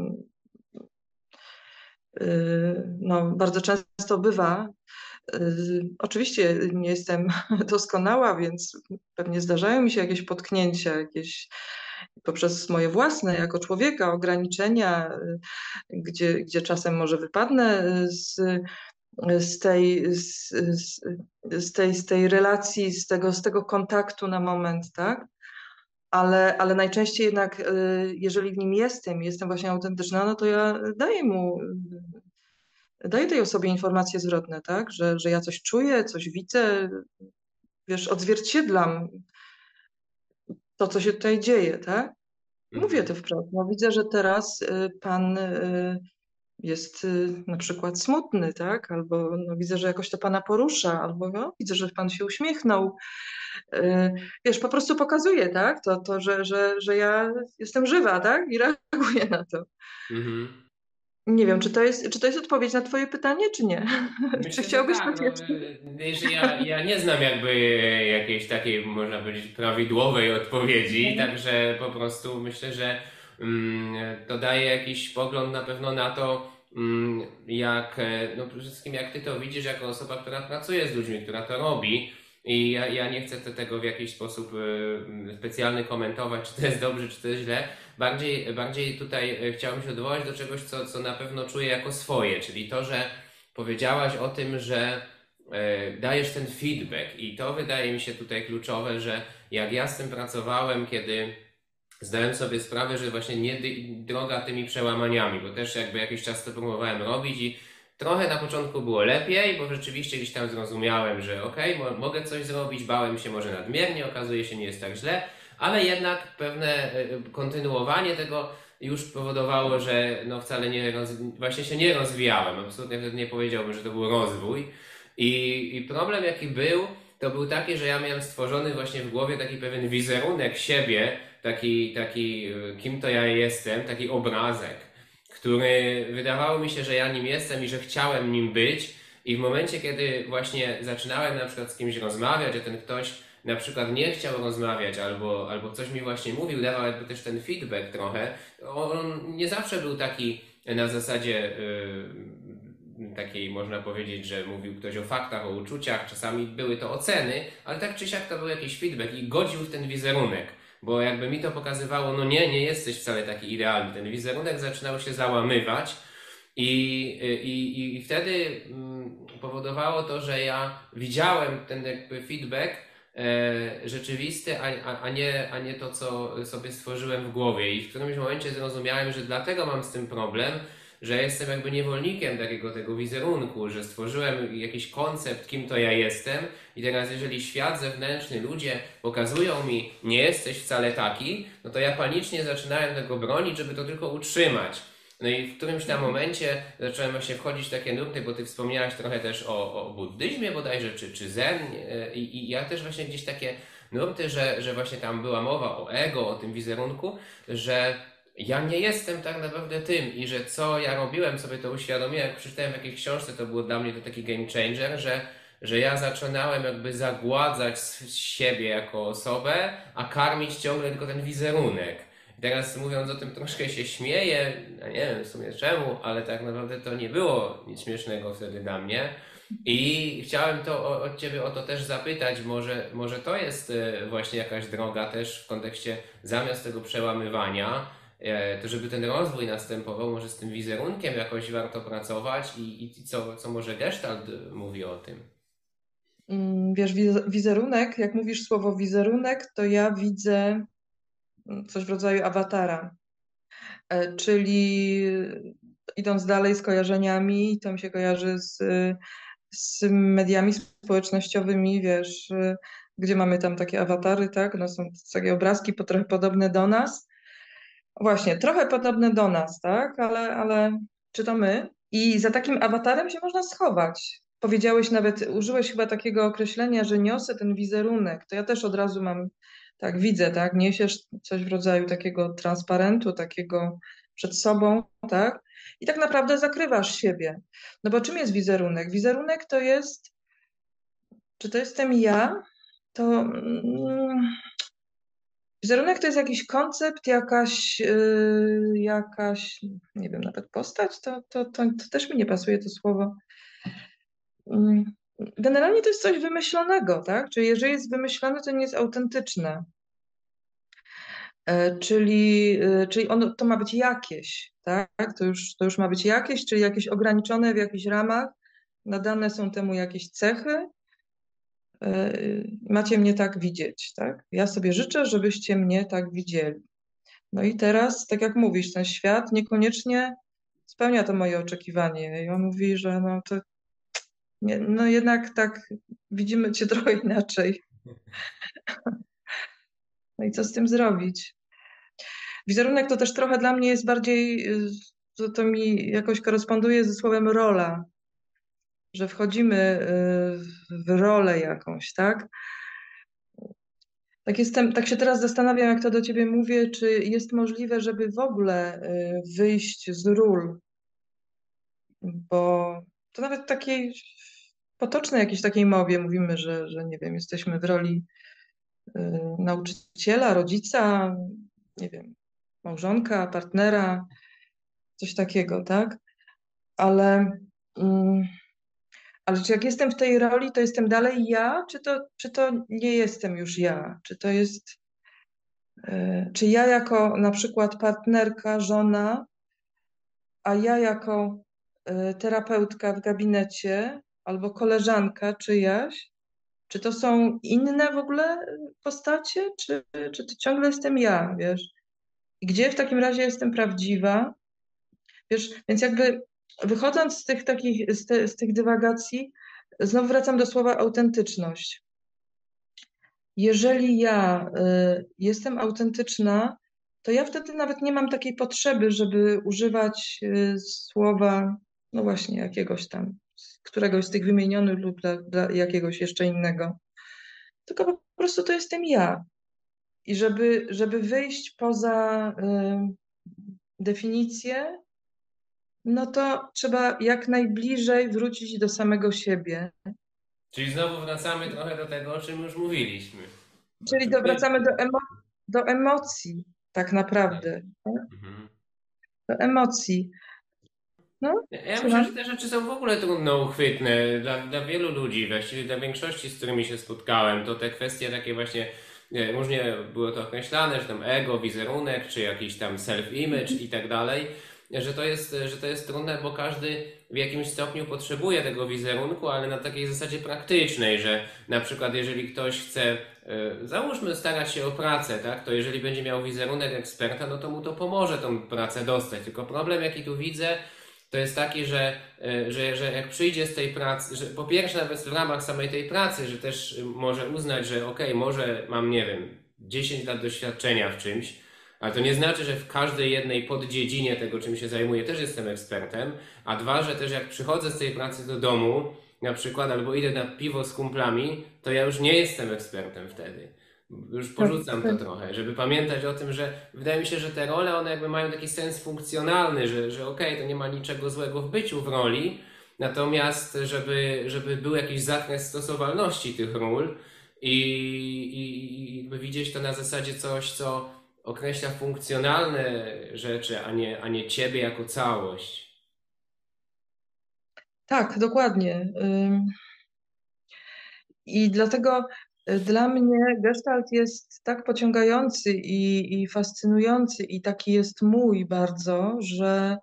y, no, bardzo często bywa. Y, Oczywiście nie jestem doskonała, więc pewnie zdarzają mi się jakieś potknięcia, jakieś poprzez moje własne jako człowieka ograniczenia, y, gdzie, gdzie czasem może wypadnę z, z tej, z, z, z tej, z tej relacji, z tego, z tego kontaktu na moment, tak? Ale, ale najczęściej jednak, y, jeżeli w nim jestem, jestem właśnie autentyczna, no to ja daję mu daję tej osobie informacje zwrotne, tak? Że, że ja coś czuję, coś widzę, wiesz, odzwierciedlam to, co się tutaj dzieje, tak? Mówię to Mhm. wprost. No, widzę, że teraz y, pan y, jest y, na przykład smutny, tak? Albo no, widzę, że jakoś to pana porusza, albo no, widzę, że pan się uśmiechnął. Y, Wiesz, po prostu pokazuję, tak? To, to że, że, że ja jestem żywa, tak? I reaguję na to. Mhm. Nie wiem, czy to jest, czy to jest odpowiedź na twoje pytanie, czy nie? Czy Myślę, że chciałbyś tak. coś No, jeszcze? wiesz, ja, ja nie znam jakby jakiejś takiej, można powiedzieć, prawidłowej odpowiedzi, także po prostu myślę, że mm, to daje jakiś pogląd na pewno na to, mm, jak, e, no przede wszystkim jak ty to widzisz jako osoba, która pracuje z ludźmi, która to robi. I ja, ja nie chcę te, tego w jakiś sposób e, specjalny komentować, czy to jest dobrze, czy to jest źle. Bardziej, bardziej tutaj e, chciałbym się odwołać do czegoś, co, co na pewno czuję jako swoje, czyli to, że powiedziałaś o tym, że e, dajesz ten feedback i to wydaje mi się tutaj kluczowe, że jak ja z tym pracowałem, kiedy zdałem sobie sprawę, że właśnie nie dy- droga tymi przełamaniami, bo też jakby jakiś czas to próbowałem robić i trochę na początku było lepiej, bo rzeczywiście gdzieś tam zrozumiałem, że okej, mo- mogę coś zrobić, bałem się może nadmiernie, okazuje się nie jest tak źle, ale jednak pewne e, kontynuowanie tego już powodowało, że no wcale nie roz... właśnie się nie rozwijałem. Absolutnie wtedy nie powiedziałbym, że to był rozwój. I, I problem jaki był, to był taki, że ja miałem stworzony właśnie w głowie taki pewien wizerunek siebie, taki, taki e, kim to ja jestem, taki obrazek, który wydawało mi się, że ja nim jestem i że chciałem nim być. I w momencie, kiedy właśnie zaczynałem na przykład z kimś rozmawiać, a ten ktoś na przykład nie chciał rozmawiać albo, albo coś mi właśnie mówił, dawał jakby też ten feedback trochę, on nie zawsze był taki na zasadzie yy, takiej, można powiedzieć, że mówił ktoś o faktach, o uczuciach, czasami były to oceny, ale tak czy siak to był jakiś feedback i godził w ten wizerunek. Bo jakby mi to pokazywało, no nie, nie jesteś wcale taki idealny. Ten wizerunek zaczynał się załamywać i, i, i wtedy mm, powodowało to, że ja widziałem ten jakby feedback e, rzeczywisty, a, a, a, nie, a nie to, co sobie stworzyłem w głowie. I w którymś momencie zrozumiałem, że dlatego mam z tym problem, że jestem jakby niewolnikiem takiego tego wizerunku, że stworzyłem jakiś koncept, kim to ja jestem i teraz jeżeli świat zewnętrzny, ludzie pokazują mi, nie jesteś wcale taki, no to ja panicznie zaczynałem tego bronić, żeby to tylko utrzymać. No i w którymś tam momencie zacząłem właśnie wchodzić w takie nurty, bo ty wspomniałaś trochę też o, o buddyzmie bodajże, czy, czy zen i, i ja też właśnie gdzieś takie nurty, że, że właśnie tam była mowa o ego, o tym wizerunku, że ja nie jestem tak naprawdę tym i że co ja robiłem, sobie to uświadomiłem, jak przeczytałem w jakiejś książce, to było dla mnie to taki game changer, że, że ja zaczynałem jakby zagładzać z siebie jako osobę, a karmić ciągle tylko ten wizerunek. I teraz mówiąc o tym troszkę się śmieję, ja nie wiem w sumie czemu, ale tak naprawdę to nie było nic śmiesznego wtedy dla mnie. I chciałem to od Ciebie o to też zapytać, może, może to jest e, właśnie jakaś droga też w kontekście zamiast tego przełamywania, e, to żeby ten rozwój następował, może z tym wizerunkiem jakoś warto pracować i, i co, co może Gestalt mówi o tym? Mm, Wiesz, wiz- wizerunek, jak mówisz słowo wizerunek, to ja widzę mm, coś w rodzaju awatara. E, Czyli idąc dalej z kojarzeniami, to mi się kojarzy z, z mediami społecznościowymi, wiesz, y, gdzie mamy tam takie awatary, tak? No są takie obrazki po- trochę podobne do nas. Właśnie, trochę podobne do nas, tak? Ale, ale czy to my? I za takim awatarem się można schować. Powiedziałeś nawet, użyłeś chyba takiego określenia, że niosę ten wizerunek. To ja też od razu mam, tak widzę, tak? Niesiesz coś w rodzaju takiego transparentu, takiego przed sobą, tak? I tak naprawdę zakrywasz siebie. No bo czym jest wizerunek? Wizerunek to jest, czy to jestem ja? To mm, wizerunek to jest jakiś koncept, jakaś, yy, jakaś, nie wiem, nawet postać, to, to, to, to też mi nie pasuje to słowo. Mm, Generalnie to jest coś wymyślonego, tak? Czyli jeżeli jest wymyślone, to nie jest autentyczne. E, Czyli, e, czyli ono, to ma być jakieś, tak? To już, to już ma być jakieś, czyli jakieś ograniczone w jakichś ramach, nadane są temu jakieś cechy. E, Macie mnie tak widzieć, tak? Ja sobie życzę, żebyście mnie tak widzieli. No i teraz, tak jak mówisz, ten świat niekoniecznie spełnia to moje oczekiwanie. I on mówi, że no to nie, no jednak tak widzimy cię trochę inaczej. No i co z tym zrobić? Wizerunek to też trochę dla mnie jest bardziej, y, to, to mi jakoś koresponduje ze słowem rola, że wchodzimy y, w rolę jakąś, tak? Tak jestem, tak się teraz zastanawiam, jak to do ciebie mówię, czy jest możliwe, żeby w ogóle y, wyjść z ról, bo to nawet w takiej potocznej jakiejś takiej mowie mówimy, że, że nie wiem, jesteśmy w roli y, nauczyciela, rodzica, nie wiem, małżonka, partnera, coś takiego, tak? Ale, mm, ale czy jak jestem w tej roli, to jestem dalej ja, czy to, czy to nie jestem już ja? Czy to jest, y, czy ja jako na przykład partnerka, żona, a ja jako y, terapeutka w gabinecie albo koleżanka czyjaś, czy to są inne w ogóle postacie, czy, czy to ciągle jestem ja, wiesz? I gdzie w takim razie jestem prawdziwa? Wiesz, więc jakby wychodząc z tych takich, z, te, z tych dywagacji, znowu wracam do słowa autentyczność. Jeżeli ja y, jestem autentyczna, to ja wtedy nawet nie mam takiej potrzeby, żeby używać y, słowa, no właśnie, jakiegoś tam, któregoś z tych wymienionych lub dla, dla jakiegoś jeszcze innego. Tylko po prostu to jestem ja. I żeby, żeby wyjść poza y, definicję, no to trzeba jak najbliżej wrócić do samego siebie. Czyli znowu wracamy trochę do tego, o czym już mówiliśmy. O Czyli czym do, wracamy byliśmy. do, emo do emocji, tak Tak. naprawdę. Tak? Mhm. Do emocji. No, Ja ja myślę, że słucham. te rzeczy są w ogóle trudno uchwytne dla, dla wielu ludzi, właściwie dla większości, z którymi się spotkałem. To te kwestie takie właśnie, nie, różnie było to określane, że tam ego, wizerunek, czy jakiś tam self-image i tak dalej, że to jest, że to jest trudne, bo każdy w jakimś stopniu potrzebuje tego wizerunku, ale na takiej zasadzie praktycznej, że na przykład jeżeli ktoś chce, e, załóżmy, starać się o pracę, tak, to jeżeli będzie miał wizerunek eksperta, no to mu to pomoże tą pracę dostać. Tylko problem, jaki tu widzę, to jest taki, że, że, że jak przyjdzie z tej pracy, że po pierwsze nawet w ramach samej tej pracy, że też może uznać, że okej, okay, może mam, nie wiem, dziesięć lat doświadczenia w czymś, ale to nie znaczy, że w każdej jednej poddziedzinie tego, czym się zajmuję, też jestem ekspertem, a dwa, że też jak przychodzę z tej pracy do domu, na przykład, albo idę na piwo z kumplami, to ja już nie jestem ekspertem wtedy. Już porzucam to trochę, żeby pamiętać o tym, że wydaje mi się, że te role, one jakby mają taki sens funkcjonalny, że, że okej, okay, to nie ma niczego złego w byciu w roli, natomiast żeby, żeby był jakiś zakres stosowalności tych ról i, i, i widzieć to na zasadzie coś, co określa funkcjonalne rzeczy, a nie, a nie ciebie jako całość. Tak, dokładnie. I dlatego dla mnie gestalt jest tak pociągający i, i fascynujący i taki jest mój bardzo, że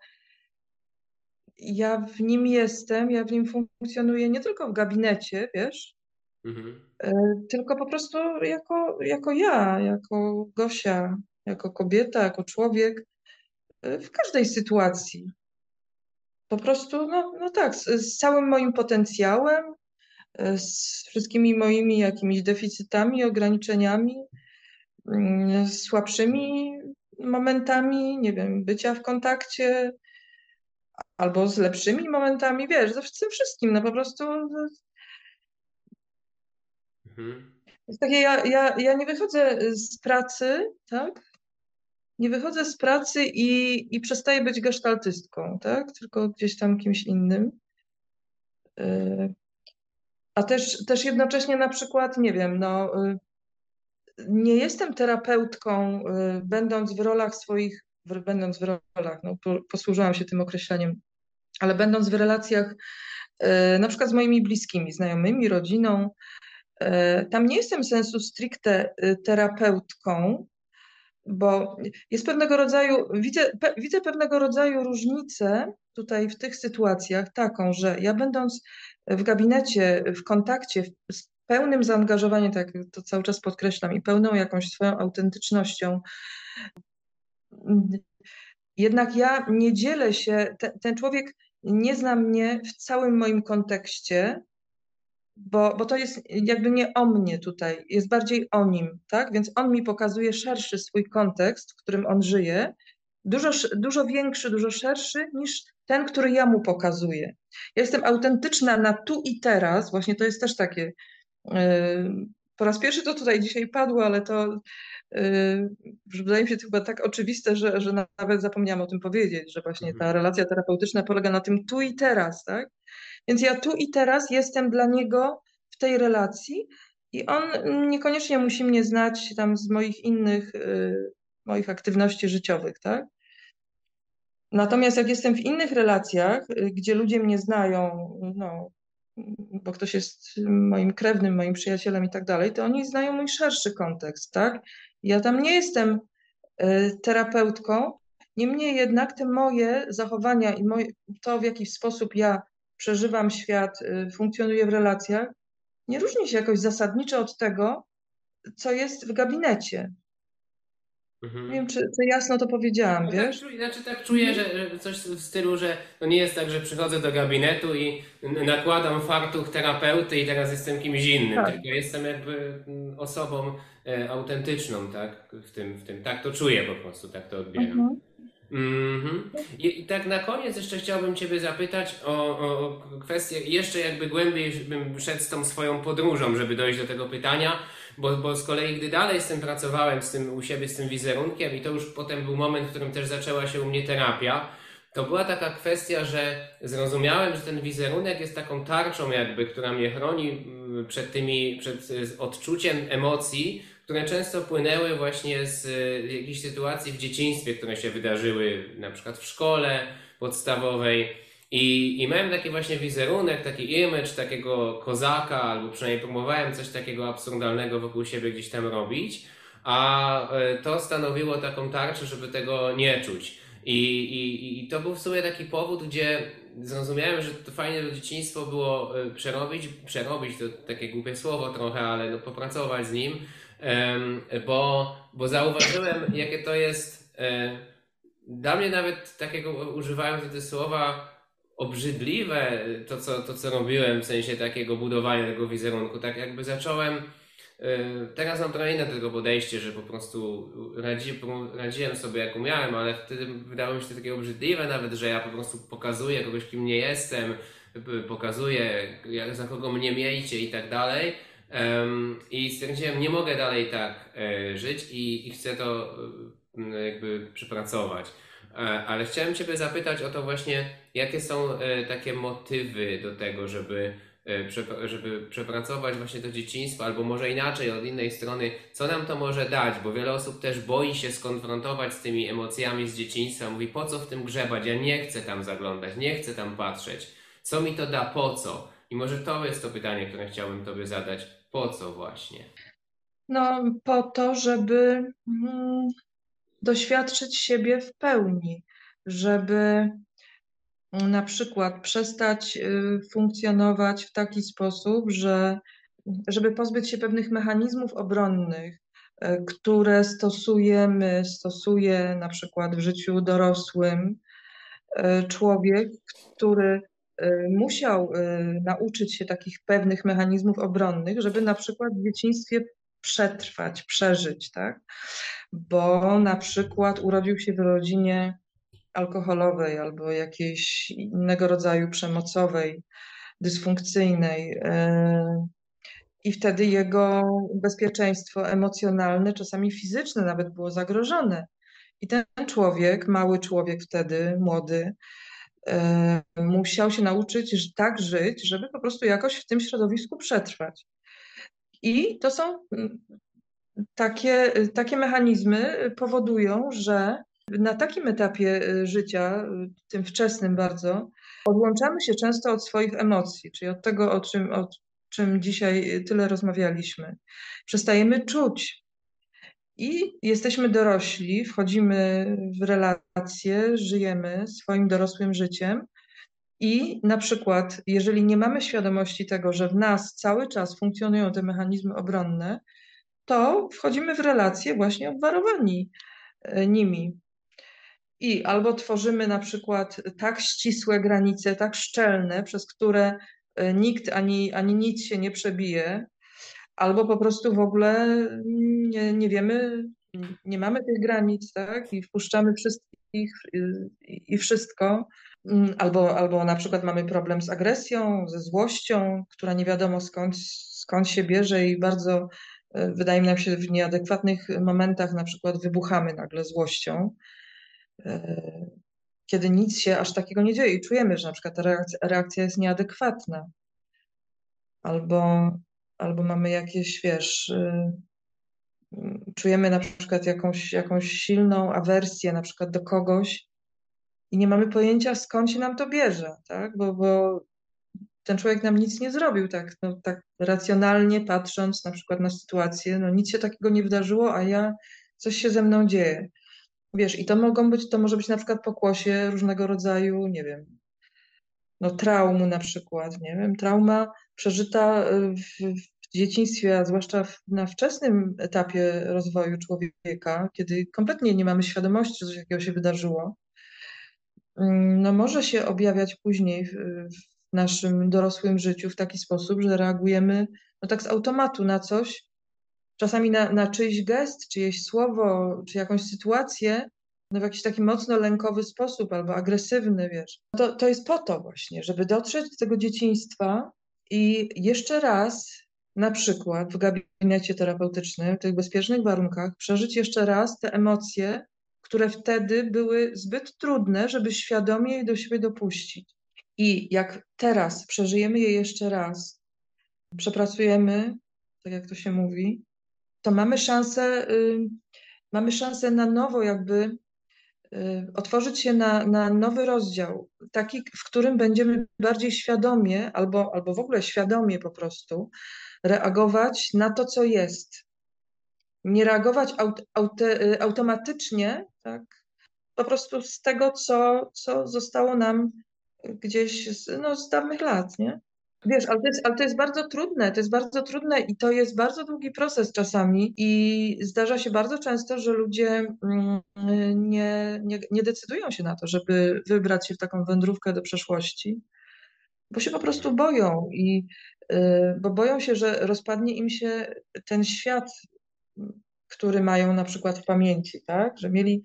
ja w nim jestem, ja w nim funkcjonuję nie tylko w gabinecie, wiesz, Mhm. tylko po prostu jako, jako ja, jako Gosia, jako kobieta, jako człowiek, w każdej sytuacji. Po prostu, no, no tak, z, z całym moim potencjałem, z wszystkimi moimi jakimiś deficytami, ograniczeniami, z słabszymi momentami, nie wiem, bycia w kontakcie, albo z lepszymi momentami, wiesz, ze ze wszystkim, no po prostu. Mhm. Jest takie, ja, ja, ja nie wychodzę z pracy, tak? Nie wychodzę z pracy i, i przestaję być gestaltystką, tak? Tylko gdzieś tam kimś innym. Yy, A też, też jednocześnie na przykład, nie wiem, no, yy, nie jestem terapeutką, yy, będąc w rolach swoich, w, będąc w rolach, no, po, posłużyłam się tym określeniem, ale będąc w relacjach yy, na przykład z moimi bliskimi, znajomymi, rodziną, yy, tam nie jestem sensu stricte yy, terapeutką, bo jest pewnego rodzaju, widzę, pe, widzę pewnego rodzaju różnicę tutaj w tych sytuacjach, taką, że ja będąc w gabinecie, w kontakcie, w, z pełnym zaangażowaniem, tak jak to cały czas podkreślam, i pełną jakąś swoją autentycznością, jednak ja nie dzielę się, te, ten człowiek nie zna mnie w całym moim kontekście, bo, bo to jest jakby nie o mnie tutaj, jest bardziej o nim, tak? Więc on mi pokazuje szerszy swój kontekst, w którym on żyje, dużo, sz- dużo większy, dużo szerszy niż ten, który ja mu pokazuję. Ja jestem autentyczna na tu i teraz, właśnie to jest też takie, yy, po raz pierwszy to tutaj dzisiaj padło, ale to yy, wydaje mi się to chyba tak oczywiste, że, że nawet zapomniałam o tym powiedzieć, że właśnie ta Mhm. relacja terapeutyczna polega na tym tu i teraz, tak? Więc ja tu i teraz jestem dla niego w tej relacji i on niekoniecznie musi mnie znać tam z moich innych, y, moich aktywności życiowych, tak? Natomiast jak jestem w innych relacjach, y, gdzie ludzie mnie znają, no, bo ktoś jest moim krewnym, moim przyjacielem i tak dalej, to oni znają mój szerszy kontekst, tak? Ja tam nie jestem y, terapeutką, niemniej jednak te moje zachowania i moje, to, w jaki sposób ja przeżywam świat, y, funkcjonuję w relacjach, nie różni się jakoś zasadniczo od tego, co jest w gabinecie. Nie wiem, Mhm. czy, czy jasno to powiedziałam, No tak wiesz? czuję, znaczy tak czuję, Mhm. że, że coś w stylu, że to nie jest tak, że przychodzę do gabinetu i n- nakładam fartuch terapeuty i teraz jestem kimś innym, Tak. tylko jestem jakby mm, osobą e, autentyczną, tak? W tym, w tym. Tak to czuję po prostu, tak to odbieram. Mhm. Mhm. I, I tak na koniec jeszcze chciałbym Ciebie zapytać o, o o kwestię, jeszcze jakby głębiej bym szedł z tą swoją podróżą, żeby dojść do tego pytania, bo, bo z kolei gdy dalej z tym pracowałem, z tym u siebie, z tym wizerunkiem i to już potem był moment, w którym też zaczęła się u mnie terapia, to była taka kwestia, że zrozumiałem, że ten wizerunek jest taką tarczą jakby, która mnie chroni mm, przed tymi, przed y, odczuciem emocji, które często płynęły właśnie z y, jakichś sytuacji w dzieciństwie, które się wydarzyły na przykład w szkole podstawowej. I, I miałem taki właśnie wizerunek, taki image takiego kozaka, albo przynajmniej próbowałem coś takiego absurdalnego wokół siebie gdzieś tam robić, a y, to stanowiło taką tarczę, żeby tego nie czuć. I, i, I to był w sumie taki powód, gdzie zrozumiałem, że to fajnie to dzieciństwo było y, przerobić, przerobić to takie głupie słowo trochę, ale no, popracować z nim. Em, bo, bo zauważyłem, jakie to jest. E, dla mnie nawet takiego używałem wtedy słowa obrzydliwe to co, to, co robiłem, w sensie takiego budowania tego wizerunku. Tak jakby zacząłem, yy, teraz mam trochę inne do tego podejście, że po prostu radzi, radziłem sobie jak umiałem, ale wtedy wydało mi się to takie obrzydliwe nawet, że ja po prostu pokazuję kogoś, kim nie jestem, pokazuję, jak, za kogo mnie miejcie i tak dalej. Um, I stwierdziłem, nie mogę dalej tak e, żyć i, i chcę to e, jakby przepracować. E, ale chciałem Ciebie zapytać o to właśnie, jakie są e, takie motywy do tego, żeby, e, przepra- żeby przepracować właśnie to dzieciństwo, albo może inaczej, od innej strony, co nam to może dać, bo wiele osób też boi się skonfrontować z tymi emocjami z dzieciństwa, mówi, po co w tym grzebać, ja nie chcę tam zaglądać, nie chcę tam patrzeć, co mi to da, po co? I może to jest to pytanie, które chciałbym Tobie zadać. Po co właśnie? No, po to, żeby mm, doświadczyć siebie w pełni, żeby mm, na przykład przestać y, funkcjonować w taki sposób, że żeby pozbyć się pewnych mechanizmów obronnych, y, które stosujemy, stosuje na przykład w życiu dorosłym y, człowiek, który y, musiał y, nauczyć się takich pewnych mechanizmów obronnych, żeby na przykład w dzieciństwie przetrwać, przeżyć, tak? Bo na przykład urodził się w rodzinie alkoholowej albo jakiejś innego rodzaju przemocowej, dysfunkcyjnej. e, I wtedy jego bezpieczeństwo emocjonalne, czasami fizyczne nawet było zagrożone. I ten człowiek, mały człowiek wtedy, młody, e, musiał się nauczyć ż- tak żyć, żeby po prostu jakoś w tym środowisku przetrwać. I to są mm, takie, takie mechanizmy powodują, że na takim etapie y, życia, y, tym wczesnym bardzo, odłączamy się często od swoich emocji, czyli od tego, o czym, o czym dzisiaj tyle rozmawialiśmy. Przestajemy czuć i jesteśmy dorośli, wchodzimy w relacje, żyjemy swoim dorosłym życiem. I na przykład, jeżeli nie mamy świadomości tego, że w nas cały czas funkcjonują te mechanizmy obronne, to wchodzimy w relacje właśnie obwarowani e, nimi. I albo tworzymy na przykład tak ścisłe granice, tak szczelne, przez które e, nikt ani, ani nic się nie przebije, albo po prostu w ogóle nie, nie wiemy, nie mamy tych granic, tak? I wpuszczamy wszystkich y, i, i wszystko. Mm, Albo, albo na przykład mamy problem z agresją, ze złością, która nie wiadomo skąd, skąd się bierze i bardzo, e, wydaje mi nam się, w nieadekwatnych momentach na przykład wybuchamy nagle złością, e, kiedy nic się aż takiego nie dzieje i czujemy, że na przykład ta reakcja, reakcja jest nieadekwatna. Albo, albo mamy jakieś, wiesz, y, czujemy na przykład jakąś, jakąś silną awersję na przykład do kogoś i nie mamy pojęcia, skąd się nam to bierze, tak? Bo, bo ten człowiek nam nic nie zrobił, tak, no, tak racjonalnie patrząc na przykład na sytuację, no nic się takiego nie wydarzyło, a ja, coś się ze mną dzieje. Wiesz, i to mogą być, to może być na przykład pokłosie różnego rodzaju, nie wiem, no traumu na przykład, nie wiem, trauma przeżyta y, w, w dzieciństwie, a zwłaszcza w, na wczesnym etapie rozwoju człowieka, kiedy kompletnie nie mamy świadomości, że coś takiego się wydarzyło, mm, no może się objawiać później w, w naszym dorosłym życiu w taki sposób, że reagujemy no tak z automatu na coś, czasami na, na czyjś gest, czyjeś słowo, czy jakąś sytuację, no w jakiś taki mocno lękowy sposób albo agresywny, wiesz. To, to jest po to właśnie, żeby dotrzeć do tego dzieciństwa i jeszcze raz, na przykład w gabinecie terapeutycznym, w tych bezpiecznych warunkach, przeżyć jeszcze raz te emocje, które wtedy były zbyt trudne, żeby świadomie je do siebie dopuścić. I jak teraz przeżyjemy je jeszcze raz, przepracujemy, tak jak to się mówi, to mamy szansę, y, mamy szansę na nowo jakby y, otworzyć się na, na nowy rozdział, taki, w którym będziemy bardziej świadomie albo, albo w ogóle świadomie po prostu reagować na to, co jest. Nie reagować aut, aute, y, automatycznie, tak? Po prostu z tego, co, co zostało nam gdzieś z, no, z dawnych lat, nie? Wiesz, ale to jest, ale to jest bardzo trudne, to jest bardzo trudne i to jest bardzo długi proces czasami i zdarza się bardzo często, że ludzie mm, nie, nie, nie decydują się na to, żeby wybrać się w taką wędrówkę do przeszłości, bo się po prostu Mhm. boją i y, bo boją się, że rozpadnie im się ten świat, który mają na przykład w pamięci, tak? Że mieli,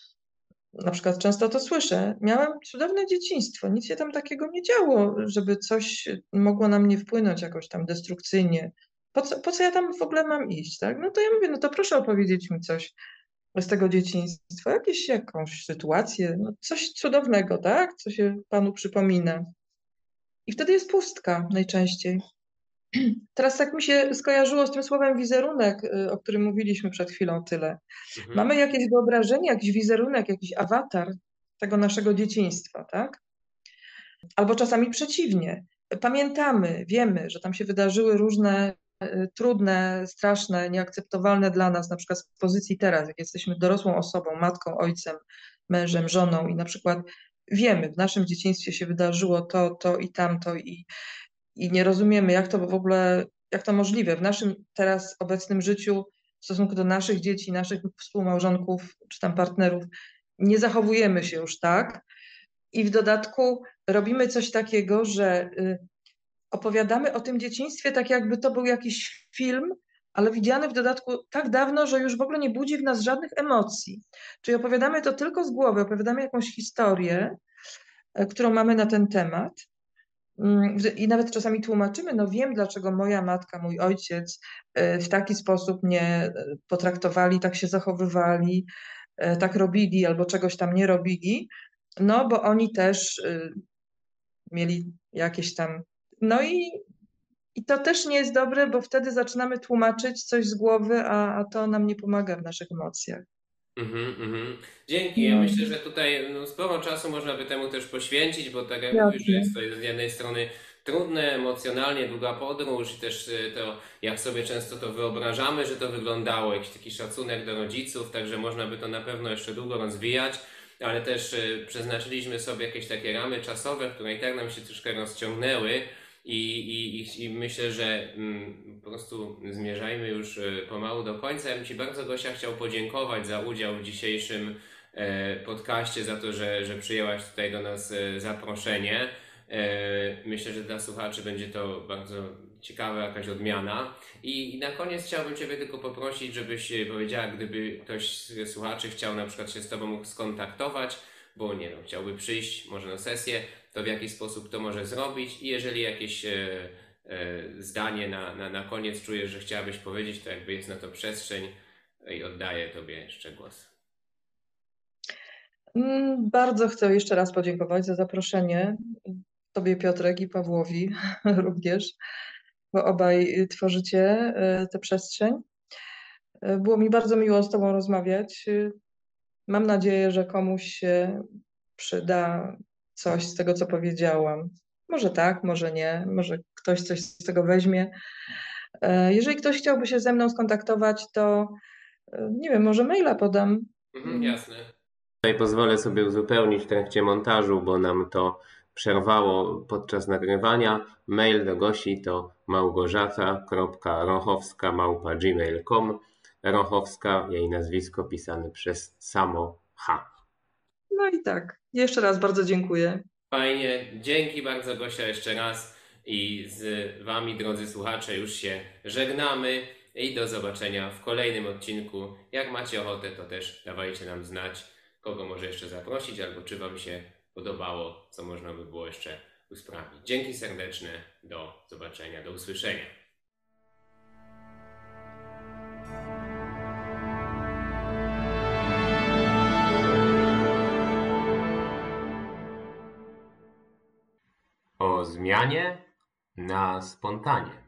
na przykład często to słyszę, miałem cudowne dzieciństwo, nic się tam takiego nie działo, żeby coś mogło na mnie wpłynąć jakoś tam destrukcyjnie. Po co, po co ja tam w ogóle mam iść, tak? No to ja mówię, no to proszę opowiedzieć mi coś z tego dzieciństwa, jakieś, jakąś sytuację, no coś cudownego, tak? Co się panu przypomina. I wtedy jest pustka najczęściej. Teraz tak mi się skojarzyło z tym słowem wizerunek, y, o którym mówiliśmy przed chwilą tyle. Mhm. Mamy jakieś wyobrażenie, jakiś wizerunek, jakiś awatar tego naszego dzieciństwa, tak? Albo czasami przeciwnie. Pamiętamy, wiemy, że tam się wydarzyły różne y, trudne, straszne, nieakceptowalne dla nas, na przykład z pozycji teraz, jak jesteśmy dorosłą osobą, matką, ojcem, mężem, żoną i na przykład wiemy, w naszym dzieciństwie się wydarzyło to, to i tamto i, i nie rozumiemy, jak to w ogóle, jak to możliwe w naszym teraz obecnym życiu w stosunku do naszych dzieci, naszych współmałżonków czy tam partnerów, nie zachowujemy się już tak. I w dodatku robimy coś takiego, że y, opowiadamy o tym dzieciństwie tak, jakby to był jakiś film, ale widziany w dodatku tak dawno, że już w ogóle nie budzi w nas żadnych emocji. Czyli opowiadamy to tylko z głowy, opowiadamy jakąś historię, y, którą mamy na ten temat. Mm, I nawet czasami tłumaczymy, no wiem, dlaczego moja matka, mój ojciec y, w taki sposób mnie y, potraktowali, tak się zachowywali, y, tak robili albo czegoś tam nie robili, no bo oni też y, mieli jakieś tam. No i, i to też nie jest dobre, bo wtedy zaczynamy tłumaczyć coś z głowy, a, a to nam nie pomaga w naszych emocjach. Mhm, mhm. Dzięki. Ja No, myślę, że tutaj no, sporo czasu można by temu też poświęcić, bo tak jak mówisz, że jasne. jest to z jednej strony trudne, emocjonalnie długa podróż i też y, to, jak sobie często to wyobrażamy, że to wyglądało, jakiś taki szacunek do rodziców, także można by to na pewno jeszcze długo rozwijać, ale też y, przeznaczyliśmy sobie jakieś takie ramy czasowe, które i tak nam się troszkę rozciągnęły. I, i, i, I myślę, że mm, po prostu zmierzajmy już y, pomału do końca. Ja bym Ci bardzo, Gosia, chciał podziękować za udział w dzisiejszym e, podcaście, za to, że, że przyjęłaś tutaj do nas e, zaproszenie. E, myślę, że dla słuchaczy będzie to bardzo ciekawa jakaś odmiana. I, I na koniec chciałbym Ciebie tylko poprosić, żebyś e, powiedziała, gdyby ktoś z słuchaczy chciał na przykład się z Tobą skontaktować, bo nie wiem, chciałby przyjść może na sesję, to w jaki sposób to może zrobić i jeżeli jakieś e, e, zdanie na, na, na koniec czujesz, że chciałabyś powiedzieć, to jakby jest na to przestrzeń i oddaję Tobie jeszcze głos. Mm, Bardzo chcę jeszcze raz podziękować za zaproszenie. Tobie, Piotrek, i Pawłowi również, bo obaj tworzycie y, tę przestrzeń. Y, Było mi bardzo miło z Tobą rozmawiać. Y, Mam nadzieję, że komuś się przyda coś z tego, co powiedziałam. Może tak, może nie, może ktoś coś z tego weźmie. E, Jeżeli ktoś chciałby się ze mną skontaktować, to e, nie wiem, może maila podam. Mhm, jasne. Tutaj pozwolę sobie uzupełnić w trakcie montażu, bo nam to przerwało podczas nagrywania. Mail do Gosi to małgorzata kropka rochowska małpa gmail kropka com. Rochowska, jej nazwisko pisane przez samo H. No i tak. Jeszcze raz bardzo dziękuję. Fajnie, dzięki bardzo, Gosia, jeszcze raz i z Wami, drodzy słuchacze, już się żegnamy i do zobaczenia w kolejnym odcinku. Jak macie ochotę, to też dawajcie nam znać, kogo może jeszcze zaprosić, albo czy Wam się podobało, co można by było jeszcze usprawnić. Dzięki serdeczne, do zobaczenia, do usłyszenia. O zmianie na spontanie.